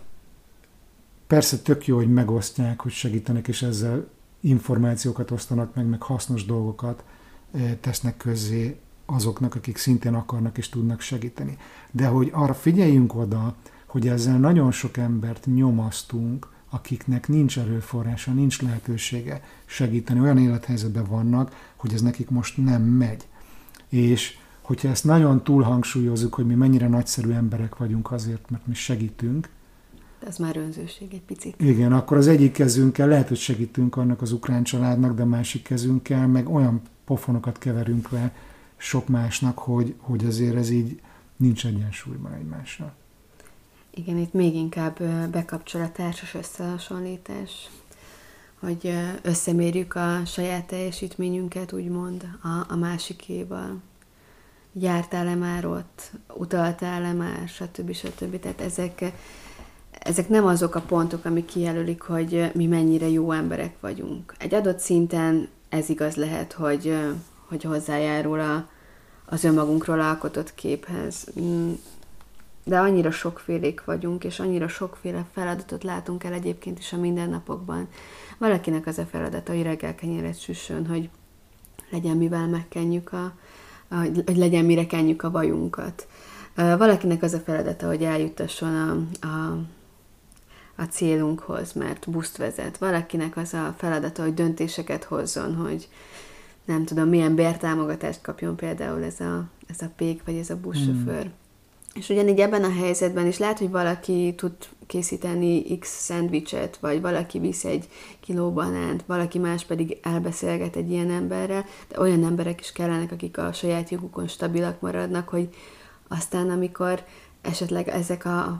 persze tök jó, hogy megosztják, hogy segítenek, és ezzel információkat osztanak meg, meg hasznos dolgokat tesznek közzé azoknak, akik szintén akarnak és tudnak segíteni. De hogy arra figyeljünk oda, hogy ezzel nagyon sok embert nyomasztunk, akiknek nincs erőforrása, nincs lehetősége segíteni, olyan élethelyzetben vannak, hogy ez nekik most nem megy. És hogyha ezt nagyon túlhangsúlyozzuk, hogy mi mennyire nagyszerű emberek vagyunk azért, mert mi segítünk,
de ez már önzőség egy picit.
Igen, akkor az egyik kezünkkel lehet, hogy segítünk annak az ukrán családnak, de a másik kezünkkel meg olyan pofonokat keverünk le sok másnak, hogy, hogy azért ez így nincs egyensúlyban egymással.
Igen, itt még inkább bekapcsol a társas összehasonlítás, hogy összemérjük a saját teljesítményünket, úgymond, a, a másikéval. Jártál-e már ott, utaltál-e már, stb. stb. Tehát ezek, ezek nem azok a pontok, amik kijelölik, hogy mi mennyire jó emberek vagyunk. Egy adott szinten ez igaz lehet, hogy, hogy hozzájárul a, az önmagunkról alkotott képhez. De annyira sokfélék vagyunk, és annyira sokféle feladatot látunk el egyébként is a mindennapokban. Valakinek az a feladata, hogy reggel kenyeret süssön, hogy legyen mivel megkenjük a, a, hogy legyen mire kenjük a vajunkat. Valakinek az a feladata, hogy eljuttasson a, a, a célunkhoz, mert buszt vezet. Valakinek az a feladata, hogy döntéseket hozzon, hogy nem tudom, milyen bértámogatást kapjon például ez a, ez a pék, vagy ez a buszsofőr. Hmm. És ugyanígy ebben a helyzetben is lehet, hogy valaki tud készíteni x szendvicset, vagy valaki visz egy kiló banánt, valaki más pedig elbeszélget egy ilyen emberrel, de olyan emberek is kellenek, akik a saját jogukon stabilak maradnak, hogy aztán, amikor esetleg ezek a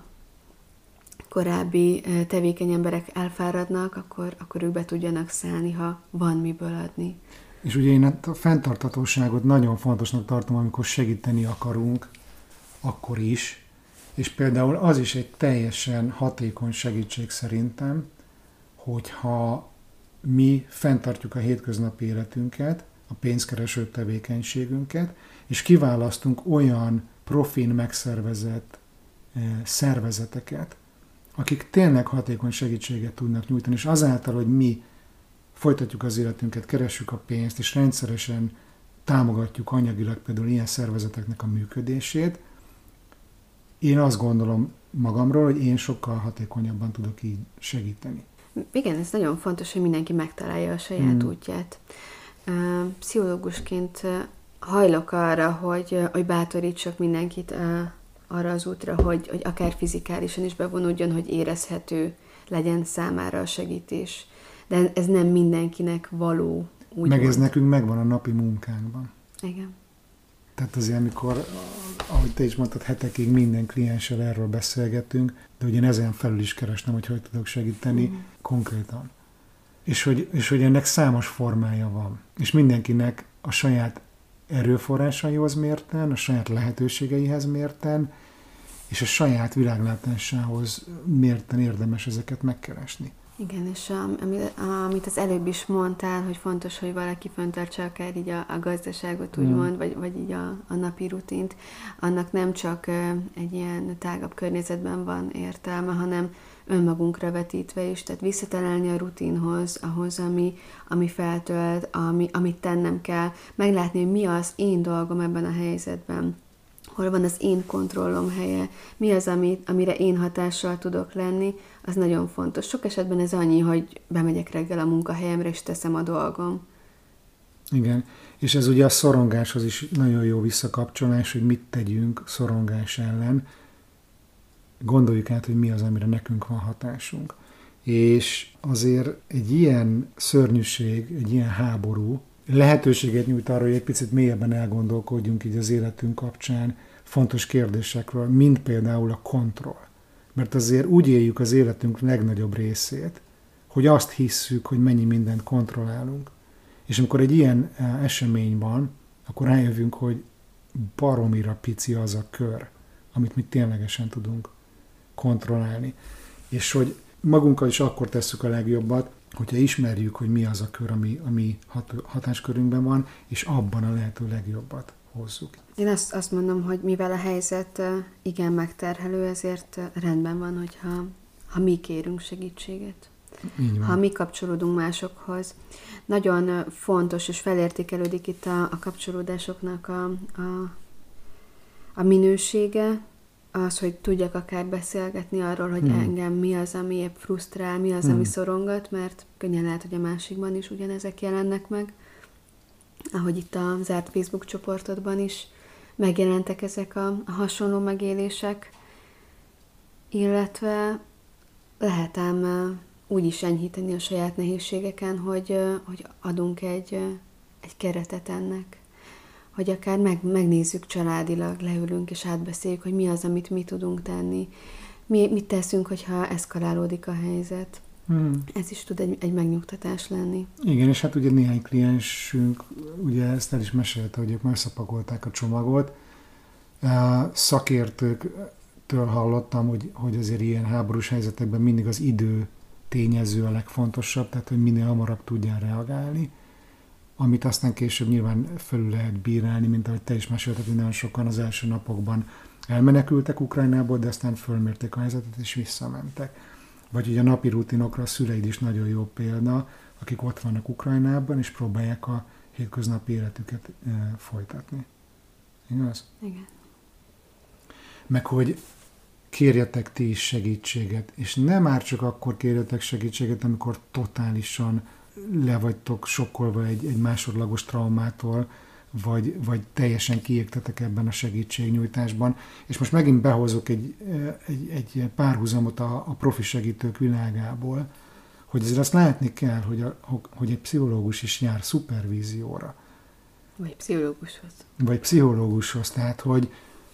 korábbi tevékeny emberek elfáradnak, akkor, akkor ők be tudjanak szállni, ha van miből adni.
És ugye én a fenntarthatóságot nagyon fontosnak tartom, amikor segíteni akarunk, akkor is, és például az is egy teljesen hatékony segítség szerintem, hogyha mi fenntartjuk a hétköznapi életünket, a pénzkereső tevékenységünket, és kiválasztunk olyan profin megszervezett szervezeteket, akik tényleg hatékony segítséget tudnak nyújtani, és azáltal, hogy mi folytatjuk az életünket, keressük a pénzt, és rendszeresen támogatjuk anyagilag például ilyen szervezeteknek a működését, én azt gondolom magamról, hogy én sokkal hatékonyabban tudok így segíteni.
Igen, ez nagyon fontos, hogy mindenki megtalálja a saját hmm. útját. Pszichológusként hajlok arra, hogy, hogy bátorítsak mindenkit arra az útra, hogy, hogy akár fizikálisan is bevonódjon, hogy érezhető legyen számára a segítés. De ez nem mindenkinek való. Úgy
Meg ez
mond.
nekünk megvan a napi munkánkban.
Igen.
Tehát azért, amikor, ahogy te is mondtad, hetekig minden klienssel erről beszélgetünk, de ugye ezen felül is keresnem, hogy hogy tudok segíteni mm. konkrétan. És hogy, és hogy ennek számos formája van. És mindenkinek a saját erőforrásaihoz mérten, a saját lehetőségeihez mérten, és a saját világlátásához mérten érdemes ezeket megkeresni.
Igen, és amit az előbb is mondtál, hogy fontos, hogy valaki fenntartsa akár így a, a gazdaságot, úgymond, mm. vagy, vagy így a, a napi rutint, annak nem csak egy ilyen tágabb környezetben van értelme, hanem önmagunkra vetítve is, tehát visszatalálni a rutinhoz, ahhoz, ami, ami feltölt, ami, amit tennem kell, meglátni, hogy mi az én dolgom ebben a helyzetben, hol van az én kontrollom helye, mi az, ami, amire én hatással tudok lenni, az nagyon fontos. Sok esetben ez annyi, hogy bemegyek reggel a munkahelyemre, és teszem a dolgom.
Igen, és ez ugye a szorongáshoz is nagyon jó visszakapcsolás, hogy mit tegyünk szorongás ellen. Gondoljuk át, hogy mi az, amire nekünk van hatásunk. És azért egy ilyen szörnyűség, egy ilyen háború lehetőséget nyújt arra, hogy egy picit mélyebben elgondolkodjunk így az életünk kapcsán fontos kérdésekről, mint például a kontroll. Mert azért úgy éljük az életünk legnagyobb részét, hogy azt hisszük, hogy mennyi mindent kontrollálunk. És amikor egy ilyen esemény van, akkor rájövünk, hogy baromira pici az a kör, amit mi ténylegesen tudunk kontrollálni. És hogy magunkkal is akkor tesszük a legjobbat, hogyha ismerjük, hogy mi az a kör, ami, ami hat, hatáskörünkben van, és abban a lehető legjobbat hozzuk.
Én azt, azt mondom, hogy mivel a helyzet igen megterhelő, ezért rendben van, hogyha ha mi kérünk segítséget. Ha mi kapcsolódunk másokhoz. Nagyon fontos, és felértékelődik itt a, a kapcsolódásoknak a, a, a minősége, az, hogy tudjak akár beszélgetni arról, hogy hmm. engem mi az, ami épp frusztrál, mi az, hmm. ami szorongat, mert könnyen lehet, hogy a másikban is ugyanezek jelennek meg. Ahogy itt a zárt Facebook csoportodban is megjelentek ezek a, a hasonló megélések, illetve lehet ám úgy is enyhíteni a saját nehézségeken, hogy, hogy adunk egy, egy keretet ennek. Hogy akár meg, megnézzük családilag, leülünk és átbeszéljük, hogy mi az, amit mi tudunk tenni. Mi, mit teszünk, hogyha eszkalálódik a helyzet. Hmm. Ez is tud egy, egy megnyugtatás lenni.
Igen, és hát ugye néhány kliensünk, ugye ezt el is mesélte, hogy ők már összepakolták a csomagot. Szakértőktől hallottam, hogy, hogy azért ilyen háborús helyzetekben mindig az idő tényező a legfontosabb, tehát hogy minél hamarabb tudjál reagálni, amit aztán később nyilván felül lehet bírálni, mint ahogy te is mesélted, hogy nagyon sokan az első napokban elmenekültek Ukrajnából, de aztán fölmérték a helyzetet és visszamentek. Vagy ugye a napi rutinokra a szüleid is nagyon jó példa, akik ott vannak Ukrajnában, és próbálják a hétköznapi életüket e, folytatni. Igaz?
Igen.
Meg hogy kérjetek ti is segítséget, és nem már csak akkor kérjetek segítséget, amikor totálisan le vagytok sokkolva egy, egy másodlagos traumától, vagy, vagy teljesen kiégtetek ebben a segítségnyújtásban. És most megint behozok egy, egy, egy párhuzamot a, a profi segítők világából, hogy azért azt látni kell, hogy, a, hogy egy pszichológus is jár szupervízióra.
Vagy pszichológushoz.
Vagy pszichológushoz, tehát hogy,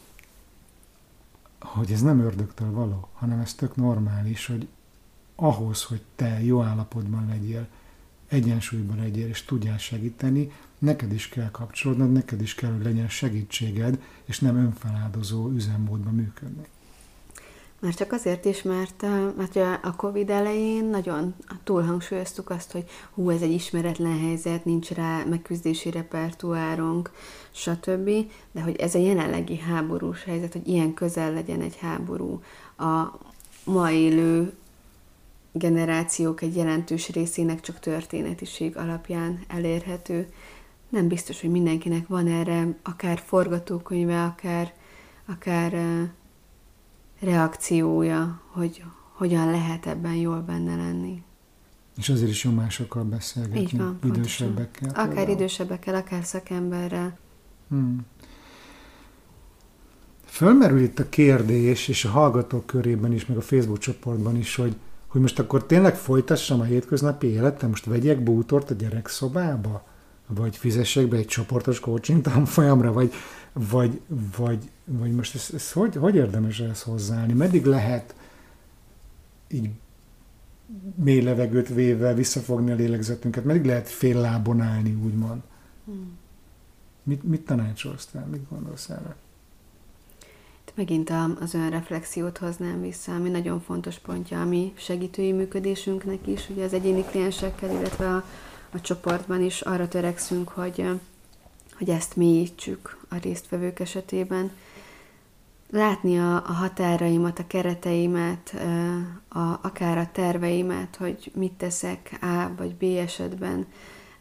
hogy ez nem ördögtől való, hanem ez tök normális, hogy ahhoz, hogy te jó állapotban legyél, egyensúlyban legyél, és tudjál segíteni, neked is kell kapcsolódnod, neked is kell, hogy legyen segítséged, és nem önfeláldozó üzemmódban működni.
Már csak azért is, mert, mert a Covid elején nagyon túlhangsúlyoztuk azt, hogy hú, ez egy ismeretlen helyzet, nincs rá megküzdési repertoárunk, stb. De hogy ez a jelenlegi háborús helyzet, hogy ilyen közel legyen egy háború, a ma élő generációk egy jelentős részének csak történetiség alapján elérhető. Nem biztos, hogy mindenkinek van erre akár forgatókönyve, akár, akár uh, reakciója, hogy hogyan lehet ebben jól benne lenni.
És azért is jó másokkal beszélgetni.
Így van,
idősebbekkel.
Akár
például.
idősebbekkel, akár szakemberrel.
Hmm. Fölmerül itt a kérdés, és a hallgatók körében is, meg a Facebook csoportban is, hogy hogy most akkor tényleg folytassam a hétköznapi életet, most vegyek bútort a gyerekszobába? Vagy fizessek be egy csoportos coaching tanfolyamra? Vagy, vagy, vagy, vagy most ez, ez hogy, hogy érdemes ehhez hozzáállni? Meddig lehet így mély levegőt véve visszafogni a lélegzetünket? Meddig lehet fél lábon állni, úgymond? Hmm. Mit, mit tanácsolsz te? Mit gondolsz erre?
Megint az önreflexiót hoznám vissza, ami nagyon fontos pontja a mi segítői működésünknek is. Ugye az egyéni kliensekkel, illetve a, a csoportban is arra törekszünk, hogy, hogy ezt mélyítsük a résztvevők esetében. Látni a, a határaimat, a kereteimet, a, akár a terveimet, hogy mit teszek A vagy B esetben,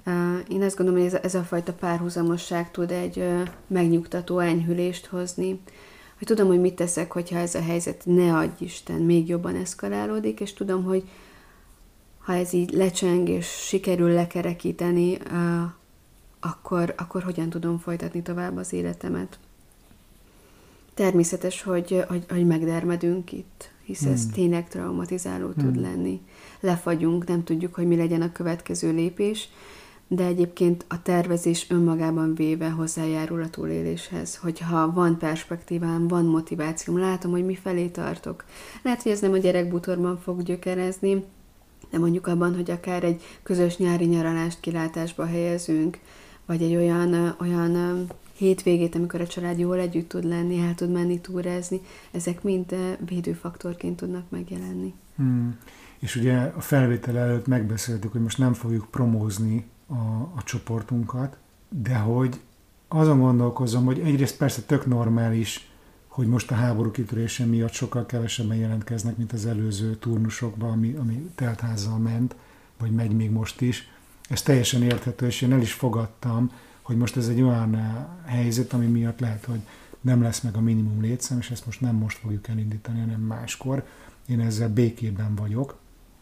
Én azt gondolom, hogy ez, ez a fajta párhuzamosság tud egy megnyugtató enyhülést hozni. Hogy tudom, hogy mit teszek, hogyha ez a helyzet, ne adj Isten, még jobban eszkalálódik, és tudom, hogy ha ez így lecseng, és sikerül lekerekíteni, akkor, akkor hogyan tudom folytatni tovább az életemet. Természetes, hogy, hogy, hogy megdermedünk itt, hisz ez hmm. tényleg traumatizáló hmm. tud lenni. Lefagyunk, nem tudjuk, hogy mi legyen a következő lépés, de egyébként a tervezés önmagában véve hozzájárul a túléléshez. Hogyha van perspektívám, van motivációm, látom, hogy mifelé tartok. Lehet, hogy ez nem a gyerekbútorban fog gyökerezni, de mondjuk abban, hogy akár egy közös nyári nyaralást kilátásba helyezünk, vagy egy olyan, olyan hétvégét, amikor a család jól együtt tud lenni, el tud menni túrázni, ezek mind védőfaktorként tudnak megjelenni.
Hmm. És ugye a felvétel előtt megbeszéltük, hogy most nem fogjuk promózni a, a csoportunkat, de hogy azon gondolkozom, hogy egyrészt persze tök normális, hogy most a háború kitörése miatt sokkal kevesebben jelentkeznek, mint az előző turnusokban, ami, ami teltházzal ment, vagy megy még most is. Ez teljesen érthető, és én el is fogadtam, hogy most ez egy olyan helyzet, ami miatt lehet, hogy nem lesz meg a minimum létszám, és ezt most nem most fogjuk elindítani, hanem máskor. Én ezzel békében vagyok.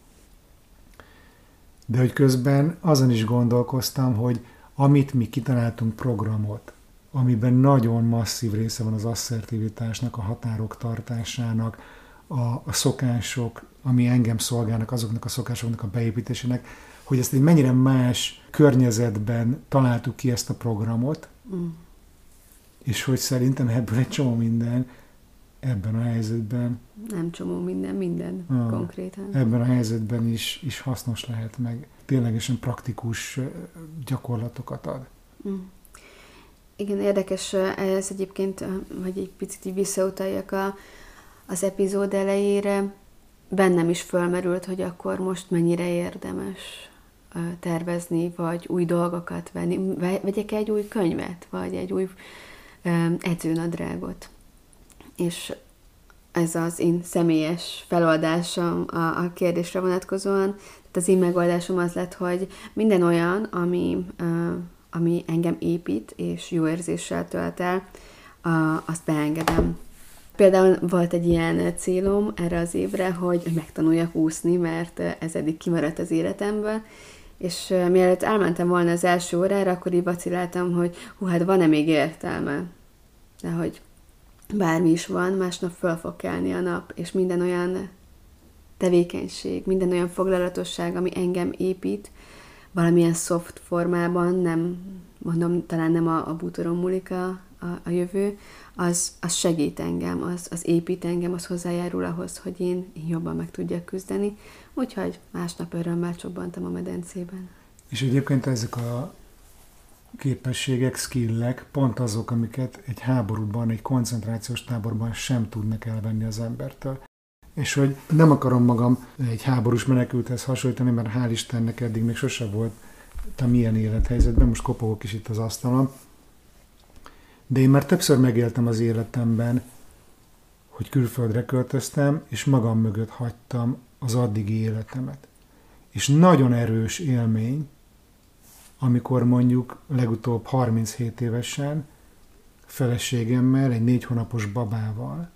De hogy közben azon is gondolkoztam, hogy amit mi kitaláltunk programot, amiben nagyon masszív része van az asszertivitásnak, a határok tartásának, a, a szokások, ami engem szolgálnak, azoknak a szokásoknak a beépítésének, hogy ezt egy mennyire más környezetben találtuk ki ezt a programot, mm. és hogy szerintem ebből egy csomó minden ebben a helyzetben...
Nem csomó minden, minden a, konkrétan.
Ebben a helyzetben is, is hasznos lehet, meg ténylegesen praktikus gyakorlatokat ad. Mm.
Igen, érdekes, ez egyébként, hogy egy picit így visszautaljak a, az epizód elejére, bennem is fölmerült, hogy akkor most mennyire érdemes tervezni, vagy új dolgokat venni. Vegyek egy új könyvet, vagy egy új edzőnadrágot. És ez az én személyes feloldásom a, a kérdésre vonatkozóan. Tehát az én megoldásom az lett, hogy minden olyan, ami, ami engem épít, és jó érzéssel tölt el, azt beengedem. Például volt egy ilyen célom erre az évre, hogy megtanuljak úszni, mert ez eddig kimaradt az életemből, és mielőtt elmentem volna az első órára, akkor így vaciláltam, hogy hú, hát van-e még értelme? De hogy bármi is van, másnap föl fog kelni a nap, és minden olyan tevékenység, minden olyan foglalatosság, ami engem épít, valamilyen soft formában, nem, mondom, talán nem a, a bútoron múlik a, a, a jövő, az, az segít engem, az, az épít engem, az hozzájárul ahhoz, hogy én, én jobban meg tudjak küzdeni. Úgyhogy másnap örömmel csobbantam a medencében.
És egyébként ezek a képességek, skillek pont azok, amiket egy háborúban, egy koncentrációs táborban sem tudnak elvenni az embertől. És hogy nem akarom magam egy háborús menekülthez hasonlítani, mert hál' Istennek eddig még sose volt a milyen élethelyzetben, most kopogok is itt az asztalon. De én már többször megéltem az életemben, hogy külföldre költöztem, és magam mögött hagytam az addigi életemet. És nagyon erős élmény, amikor mondjuk legutóbb harminchét évesen feleségemmel, egy négy hónapos babával,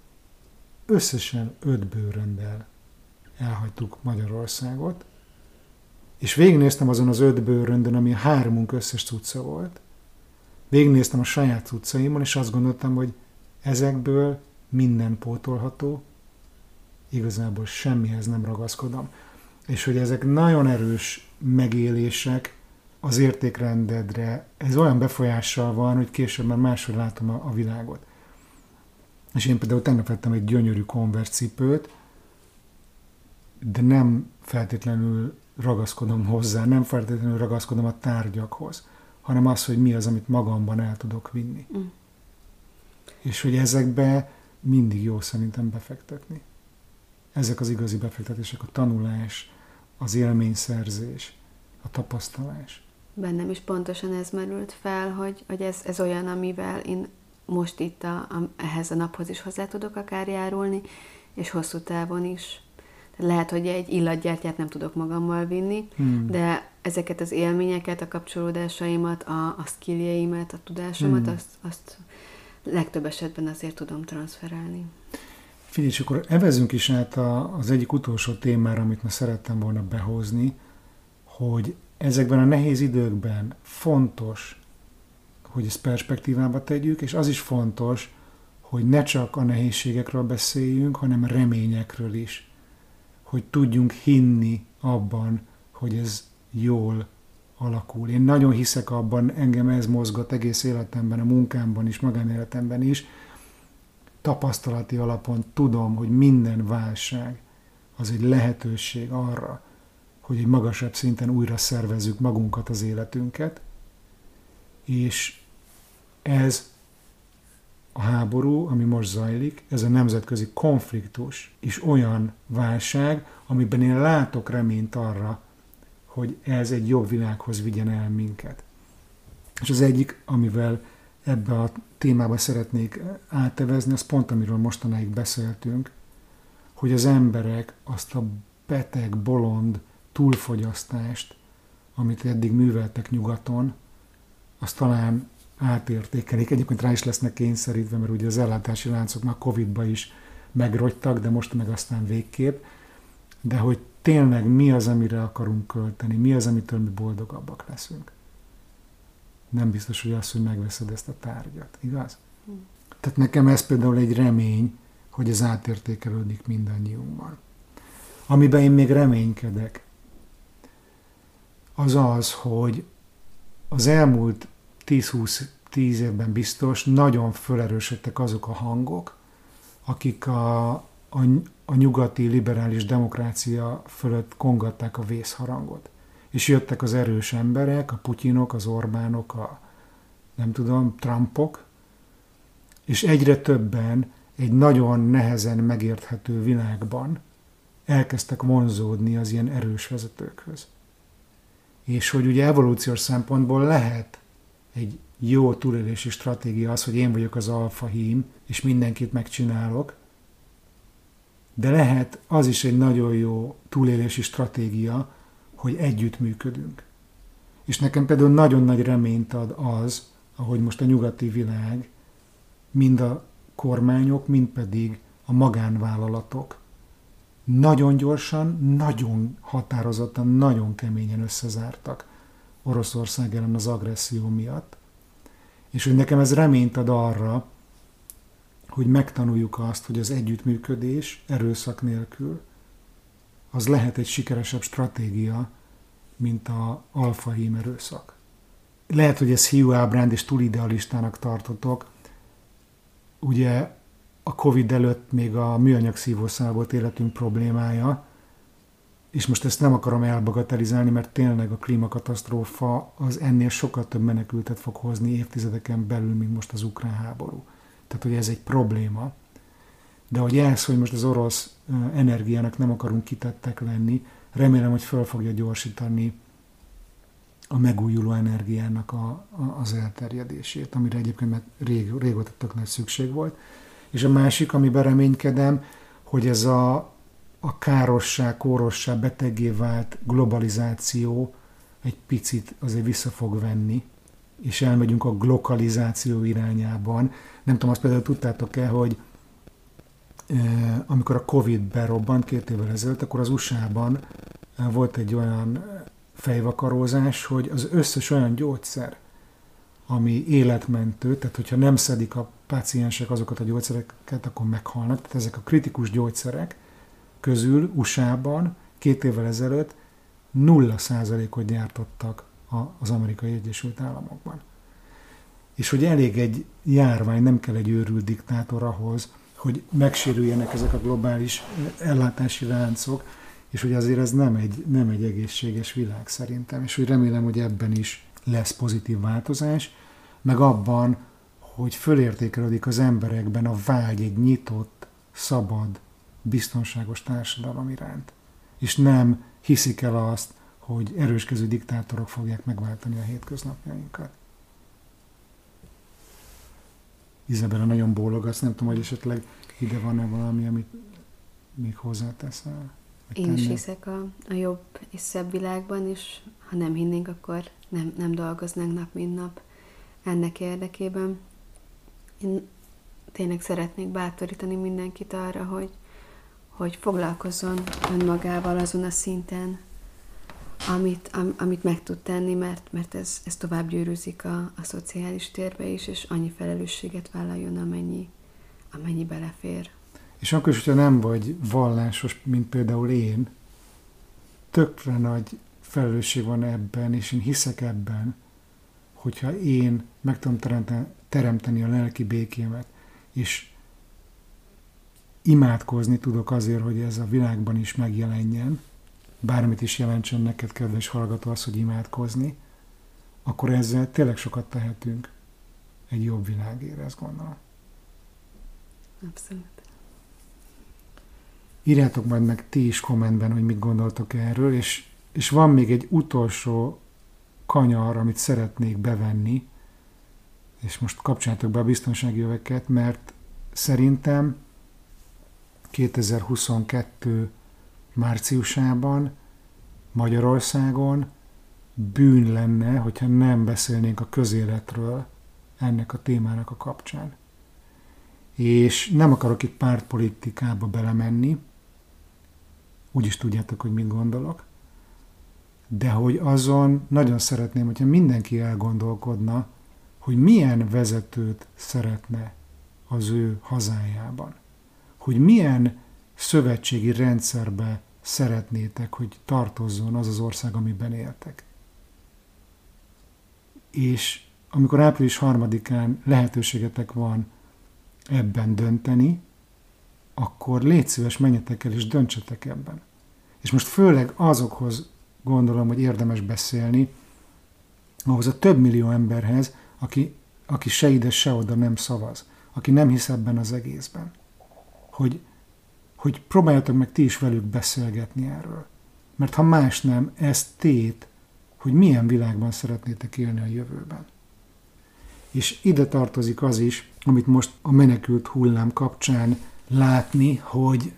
összesen öt bőrönddel elhagytuk Magyarországot, és végignéztem azon az öt bőröndön, ami a hármunk összes cucca volt. Végignéztem a saját cuccaimon, és azt gondoltam, hogy ezekből minden pótolható, igazából semmihez nem ragaszkodom. És hogy ezek nagyon erős megélések az értékrendedre, ez olyan befolyással van, hogy később már máshogy látom a, a világot. És én például tegnap vettem egy gyönyörű Converse cipőt, de nem feltétlenül ragaszkodom hozzá, nem feltétlenül ragaszkodom a tárgyakhoz, hanem az, hogy mi az, amit magamban el tudok vinni. Mm. És hogy ezekbe mindig jó szerintem befektetni. Ezek az igazi befektetések, a tanulás, az élményszerzés, a tapasztalás.
Bennem is pontosan ez merült fel, hogy, hogy ez, ez olyan, amivel én most itt a, a, ehhez a naphoz is hozzá tudok akár járulni, és hosszú távon is. Tehát lehet, hogy egy illatgyártyát nem tudok magammal vinni, hmm. de ezeket az élményeket, a kapcsolódásaimat, a, a skilljeimet, a tudásomat, hmm. azt, azt legtöbb esetben azért tudom transferálni.
Figyelj, és akkor evezünk is át a, az egyik utolsó témára, amit ma szerettem volna behozni, hogy ezekben a nehéz időkben fontos, hogy ezt perspektívába tegyük, és az is fontos, hogy ne csak a nehézségekről beszéljünk, hanem reményekről is. Hogy tudjunk hinni abban, hogy ez jól alakul. Én nagyon hiszek abban, engem ez mozgat egész életemben, a munkámban is, magánéletemben is. Tapasztalati alapon tudom, hogy minden válság az egy lehetőség arra, hogy egy magasabb szinten újra szervezzük magunkat, az életünket, és ez a háború, ami most zajlik, ez a nemzetközi konfliktus is olyan válság, amiben én látok reményt arra, hogy ez egy jobb világhoz vigyen el minket. És az egyik, amivel ebbe a témába szeretnék átevezni, az pont, amiről mostanáig beszéltünk, hogy az emberek azt a beteg, bolond túlfogyasztást, amit eddig műveltek nyugaton, azt talán átértékelik. Egyébként rá is lesznek kényszerítve, mert ugye az ellátási láncok már Covid-ba is megrogytak, de most meg aztán végképp. De hogy tényleg mi az, amire akarunk költeni, mi az, amitől mi boldogabbak leszünk. Nem biztos, hogy az, hogy megveszed ezt a tárgyat, igaz? Hm. Tehát nekem ez például egy remény, hogy ez átértékelődik mindannyiunkban. Amiben én még reménykedek, az az, hogy az elmúlt tíz-húsz évben biztos nagyon fölerősödtek azok a hangok, akik a, a, a nyugati liberális demokrácia fölött kongatták a vészharangot. És jöttek az erős emberek, a Putyinok, az Orbánok, a nem tudom, Trumpok, és egyre többen egy nagyon nehezen megérthető világban elkezdtek vonzódni az ilyen erős vezetőkhöz. És hogy ugye evolúciós szempontból lehet egy jó túlélési stratégia az, hogy én vagyok az alfa hím, és mindenkit megcsinálok, de lehet az is egy nagyon jó túlélési stratégia, hogy együttműködünk. És nekem például nagyon nagy reményt ad az, ahogy most a nyugati világ, mind a kormányok, mind pedig a magánvállalatok nagyon gyorsan, nagyon határozottan, nagyon keményen összezártak Oroszország ellen az agresszió miatt. És hogy nekem ez reményt ad arra, hogy megtanuljuk azt, hogy az együttműködés erőszak nélkül az lehet egy sikeresebb stratégia, mint az alfa hím erőszak. Lehet, hogy ez hiúábránd és túl idealistának tartotok. Ugye a Covid előtt még a műanyag szívószál volt életünk problémája, és most ezt nem akarom elbagatelizálni, mert tényleg a klímakatasztrófa az ennél sokkal több menekültet fog hozni évtizedeken belül, mint most az ukrán háború. Tehát, hogy ez egy probléma. De hogy ez, hogy most az orosz energiának nem akarunk kitettek lenni, remélem, hogy föl fogja gyorsítani a megújuló energiának a, a, az elterjedését, amire egyébként már rég, régóta tök nagy szükség volt. És a másik, amiben reménykedem, hogy ez a, a károssá, kórossá, beteggé vált globalizáció egy picit azért vissza fog venni, és elmegyünk a glokalizáció irányában. Nem tudom, azt például tudtátok-e, hogy eh, amikor a Covid berobbant két évvel ezelőtt, akkor az u es á-ban eh, volt egy olyan fejvakarózás, hogy az összes olyan gyógyszer, ami életmentő, tehát hogyha nem szedik a páciensek azokat a gyógyszereket, akkor meghalnak. Tehát ezek a kritikus gyógyszerek közül u es á-ban két évvel ezelőtt nulla százalékot gyártottak az Amerikai Egyesült Államokban. És hogy elég egy járvány, nem kell egy őrült diktátor ahhoz, hogy megsérüljenek ezek a globális ellátási láncok, és hogy azért ez nem egy, nem egy egészséges világ szerintem, és hogy remélem, hogy ebben is lesz pozitív változás, meg abban, hogy fölértékelődik az emberekben a vágy egy nyitott, szabad, biztonságos társadalom iránt. És nem hiszik el azt, hogy erőskező diktátorok fogják megváltani a hétköznapjainkat. Izabella nagyon bólogatsz, nem tudom, hogy esetleg ide van-e valami, amit még hozzáteszel.
Én is hiszek a, a jobb és szebb világban, és ha nem hinnénk, akkor nem, nem dolgoznánk nap, mint nap ennek érdekében. Én tényleg szeretnék bátorítani mindenkit arra, hogy, hogy foglalkozzon önmagával azon a szinten, amit, am, amit meg tud tenni, mert, mert ez, ez tovább gyűrűzik a, a szociális térbe is, és annyi felelősséget vállaljon, amennyi, amennyi belefér.
És akkor is, hogyha nem vagy vallásos, mint például én, tökre nagy felelősség van ebben, és én hiszek ebben, hogyha én meg tudom teremteni, teremteni a lelki békémet, és imádkozni tudok azért, hogy ez a világban is megjelenjen, bármit is jelentsen neked, kedves hallgató, az, hogy imádkozni, akkor ezzel tényleg sokat tehetünk egy jobb világért, ezt gondolom.
Abszolút.
Írjátok majd meg ti is kommentben, hogy mit gondoltok erről, és, és van még egy utolsó kanyar, amit szeretnék bevenni, és most kapcsoljátok be a biztonsági öveket, mert szerintem kétezer-huszonkettő márciusában Magyarországon bűn lenne, hogyha nem beszélnénk a közéletről ennek a témának a kapcsán. És nem akarok itt pártpolitikába belemenni, úgyis tudjátok, hogy mit gondolok, de hogy azon nagyon szeretném, hogyha mindenki elgondolkodna, hogy milyen vezetőt szeretne az ő hazájában. Hogy milyen szövetségi rendszerbe szeretnétek, hogy tartozzon az az ország, amiben éltek. És amikor április harmadikán lehetőségetek van ebben dönteni, akkor légy szíves, menjetek el és döntsetek ebben. És most főleg azokhoz gondolom, hogy érdemes beszélni, ahhoz a több millió emberhez, aki, aki se ide, se oda nem szavaz, aki nem hisz ebben az egészben. Hogy, hogy próbáljatok meg ti is velük beszélgetni erről. Mert ha más nem, ez tét, hogy milyen világban szeretnétek élni a jövőben. És ide tartozik az is, amit most a menekült hullám kapcsán látni, hogy,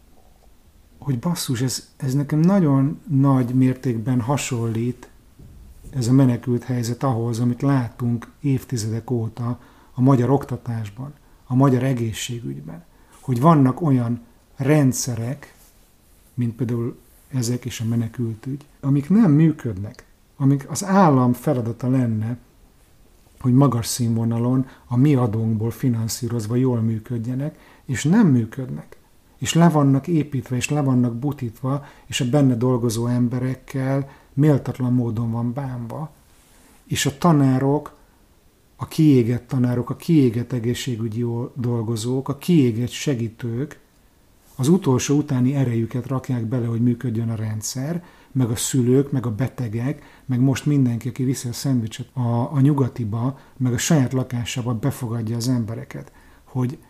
hogy basszus, ez, ez nekem nagyon nagy mértékben hasonlít ez a menekült helyzet ahhoz, amit látunk évtizedek óta a magyar oktatásban, a magyar egészségügyben. Hogy vannak olyan rendszerek, mint például ezek és a menekültügy, amik nem működnek, amik az állam feladata lenne, hogy magas színvonalon a mi adónkból finanszírozva jól működjenek, és nem működnek. És le vannak építve, és le vannak butítva, és a benne dolgozó emberekkel méltatlan módon van bánva. És a tanárok, a kiégett tanárok, a kiégett egészségügyi dolgozók, a kiégett segítők az utolsó utáni erejüket rakják bele, hogy működjön a rendszer, meg a szülők, meg a betegek, meg most mindenki, aki viszi a szendvicset a, a nyugatiba, meg a saját lakásába befogadja az embereket, hogy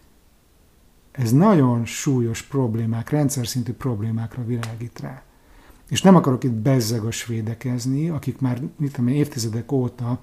ez nagyon súlyos problémák, rendszer szintű problémákra világít rá. És nem akarok itt bezzegos védekezni, akik már mit tudom, évtizedek óta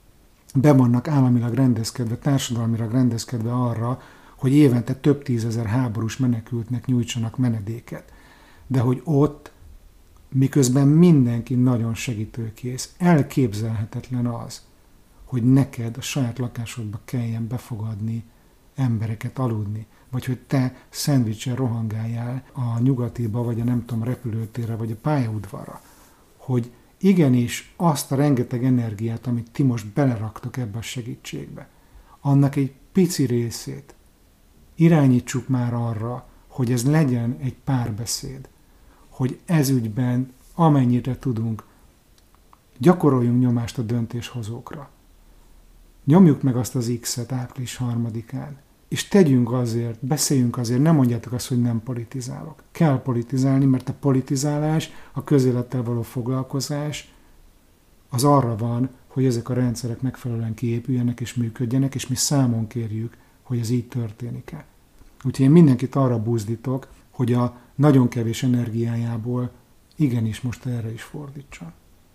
be vannak államilag rendezkedve, társadalmilag rendezkedve arra, hogy évente több tízezer háborús menekültnek nyújtsanak menedéket. De hogy ott, miközben mindenki nagyon segítőkész, elképzelhetetlen az, hogy neked a saját lakásodba kelljen befogadni embereket aludni, vagy hogy te szendvicsen rohangáljál a nyugatiba, vagy a nem tudom, repülőtérre, vagy a pályaudvarra. Hogy igenis azt a rengeteg energiát, amit ti most beleraktok ebbe a segítségbe, annak egy pici részét irányítsuk már arra, hogy ez legyen egy párbeszéd, hogy ezügyben amennyire tudunk, gyakoroljunk nyomást a döntéshozókra. Nyomjuk meg azt az X-et április harmadikán, és tegyünk azért, beszéljünk azért, nem mondjátok azt, hogy nem politizálok. Kell politizálni, mert a politizálás, a közélettel való foglalkozás az arra van, hogy ezek a rendszerek megfelelően kiépüljenek és működjenek, és mi számon kérjük, hogy ez így történik-e. Úgyhogy én mindenkit arra buzdítok, hogy a nagyon kevés energiájából igenis most erre is fordítson.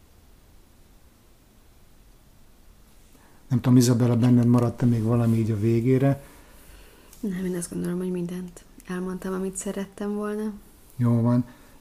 Nem tudom, Izabella, benned maradt-e még valami így a végére?
Nem, én azt gondolom, hogy mindent elmondtam, amit szerettem volna.
Jó van.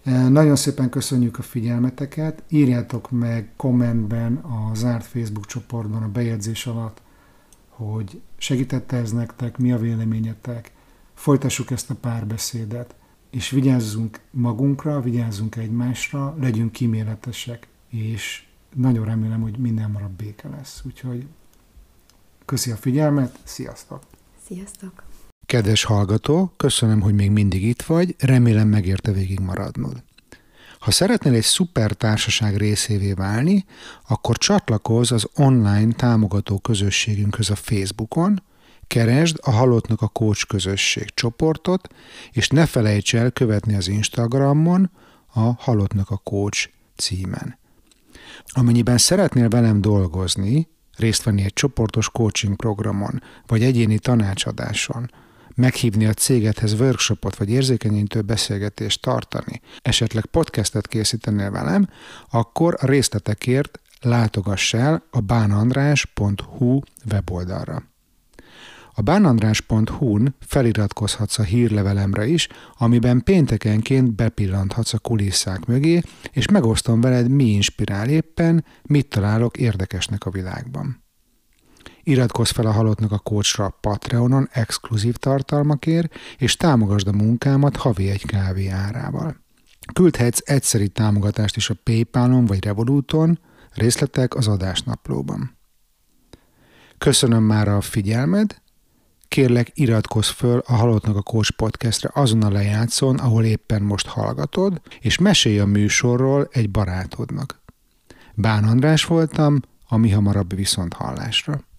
Nagyon szépen köszönjük a figyelmeteket, írjátok meg kommentben a zárt Facebook csoportban a bejegyzés alatt, hogy segítette ez nektek, mi a véleményetek, folytassuk ezt a párbeszédet, és vigyázzunk magunkra, vigyázzunk egymásra, legyünk kíméletesek, és nagyon remélem, hogy minden marad béke lesz. Úgyhogy köszi a figyelmet, sziasztok!
Sziasztok!
Kedves hallgató, köszönöm, hogy még mindig itt vagy, remélem megérte végig maradnod. Ha szeretnél egy szuper társaság részévé válni, akkor csatlakozz az online támogató közösségünkhöz a Facebookon, keresd a Halottnak a Coach közösség csoportot, és ne felejts el követni az Instagramon a Halottnak a Coach címen. Amennyiben szeretnél velem dolgozni, részt venni egy csoportos coaching programon, vagy egyéni tanácsadáson, meghívni a cégedhez workshopot, vagy érzékenyítő beszélgetést tartani, esetleg podcastet készítenél velem, akkor a részletekért látogass el a bánandrás pont hu weboldalra. A bánandrás pont hu-n feliratkozhatsz a hírlevelemre is, amiben péntekenként bepillanthatsz a kulisszák mögé, és megosztom veled, mi inspirál éppen, mit találok érdekesnek a világban. Iratkozz fel a Halottnak a Coachra a Patreonon exkluzív tartalmakért, és támogasd a munkámat havi egy kávé árával. Küldhetsz egyszeri támogatást is a PayPal-on vagy Revoluton, részletek az adásnaplóban. Köszönöm már a figyelmed, kérlek iratkozz föl a Halottnak a Coach podcastre azon a lejátszón, ahol éppen most hallgatod, és mesélj a műsorról egy barátodnak. Bán András voltam, a mihamarabb viszonthallásra.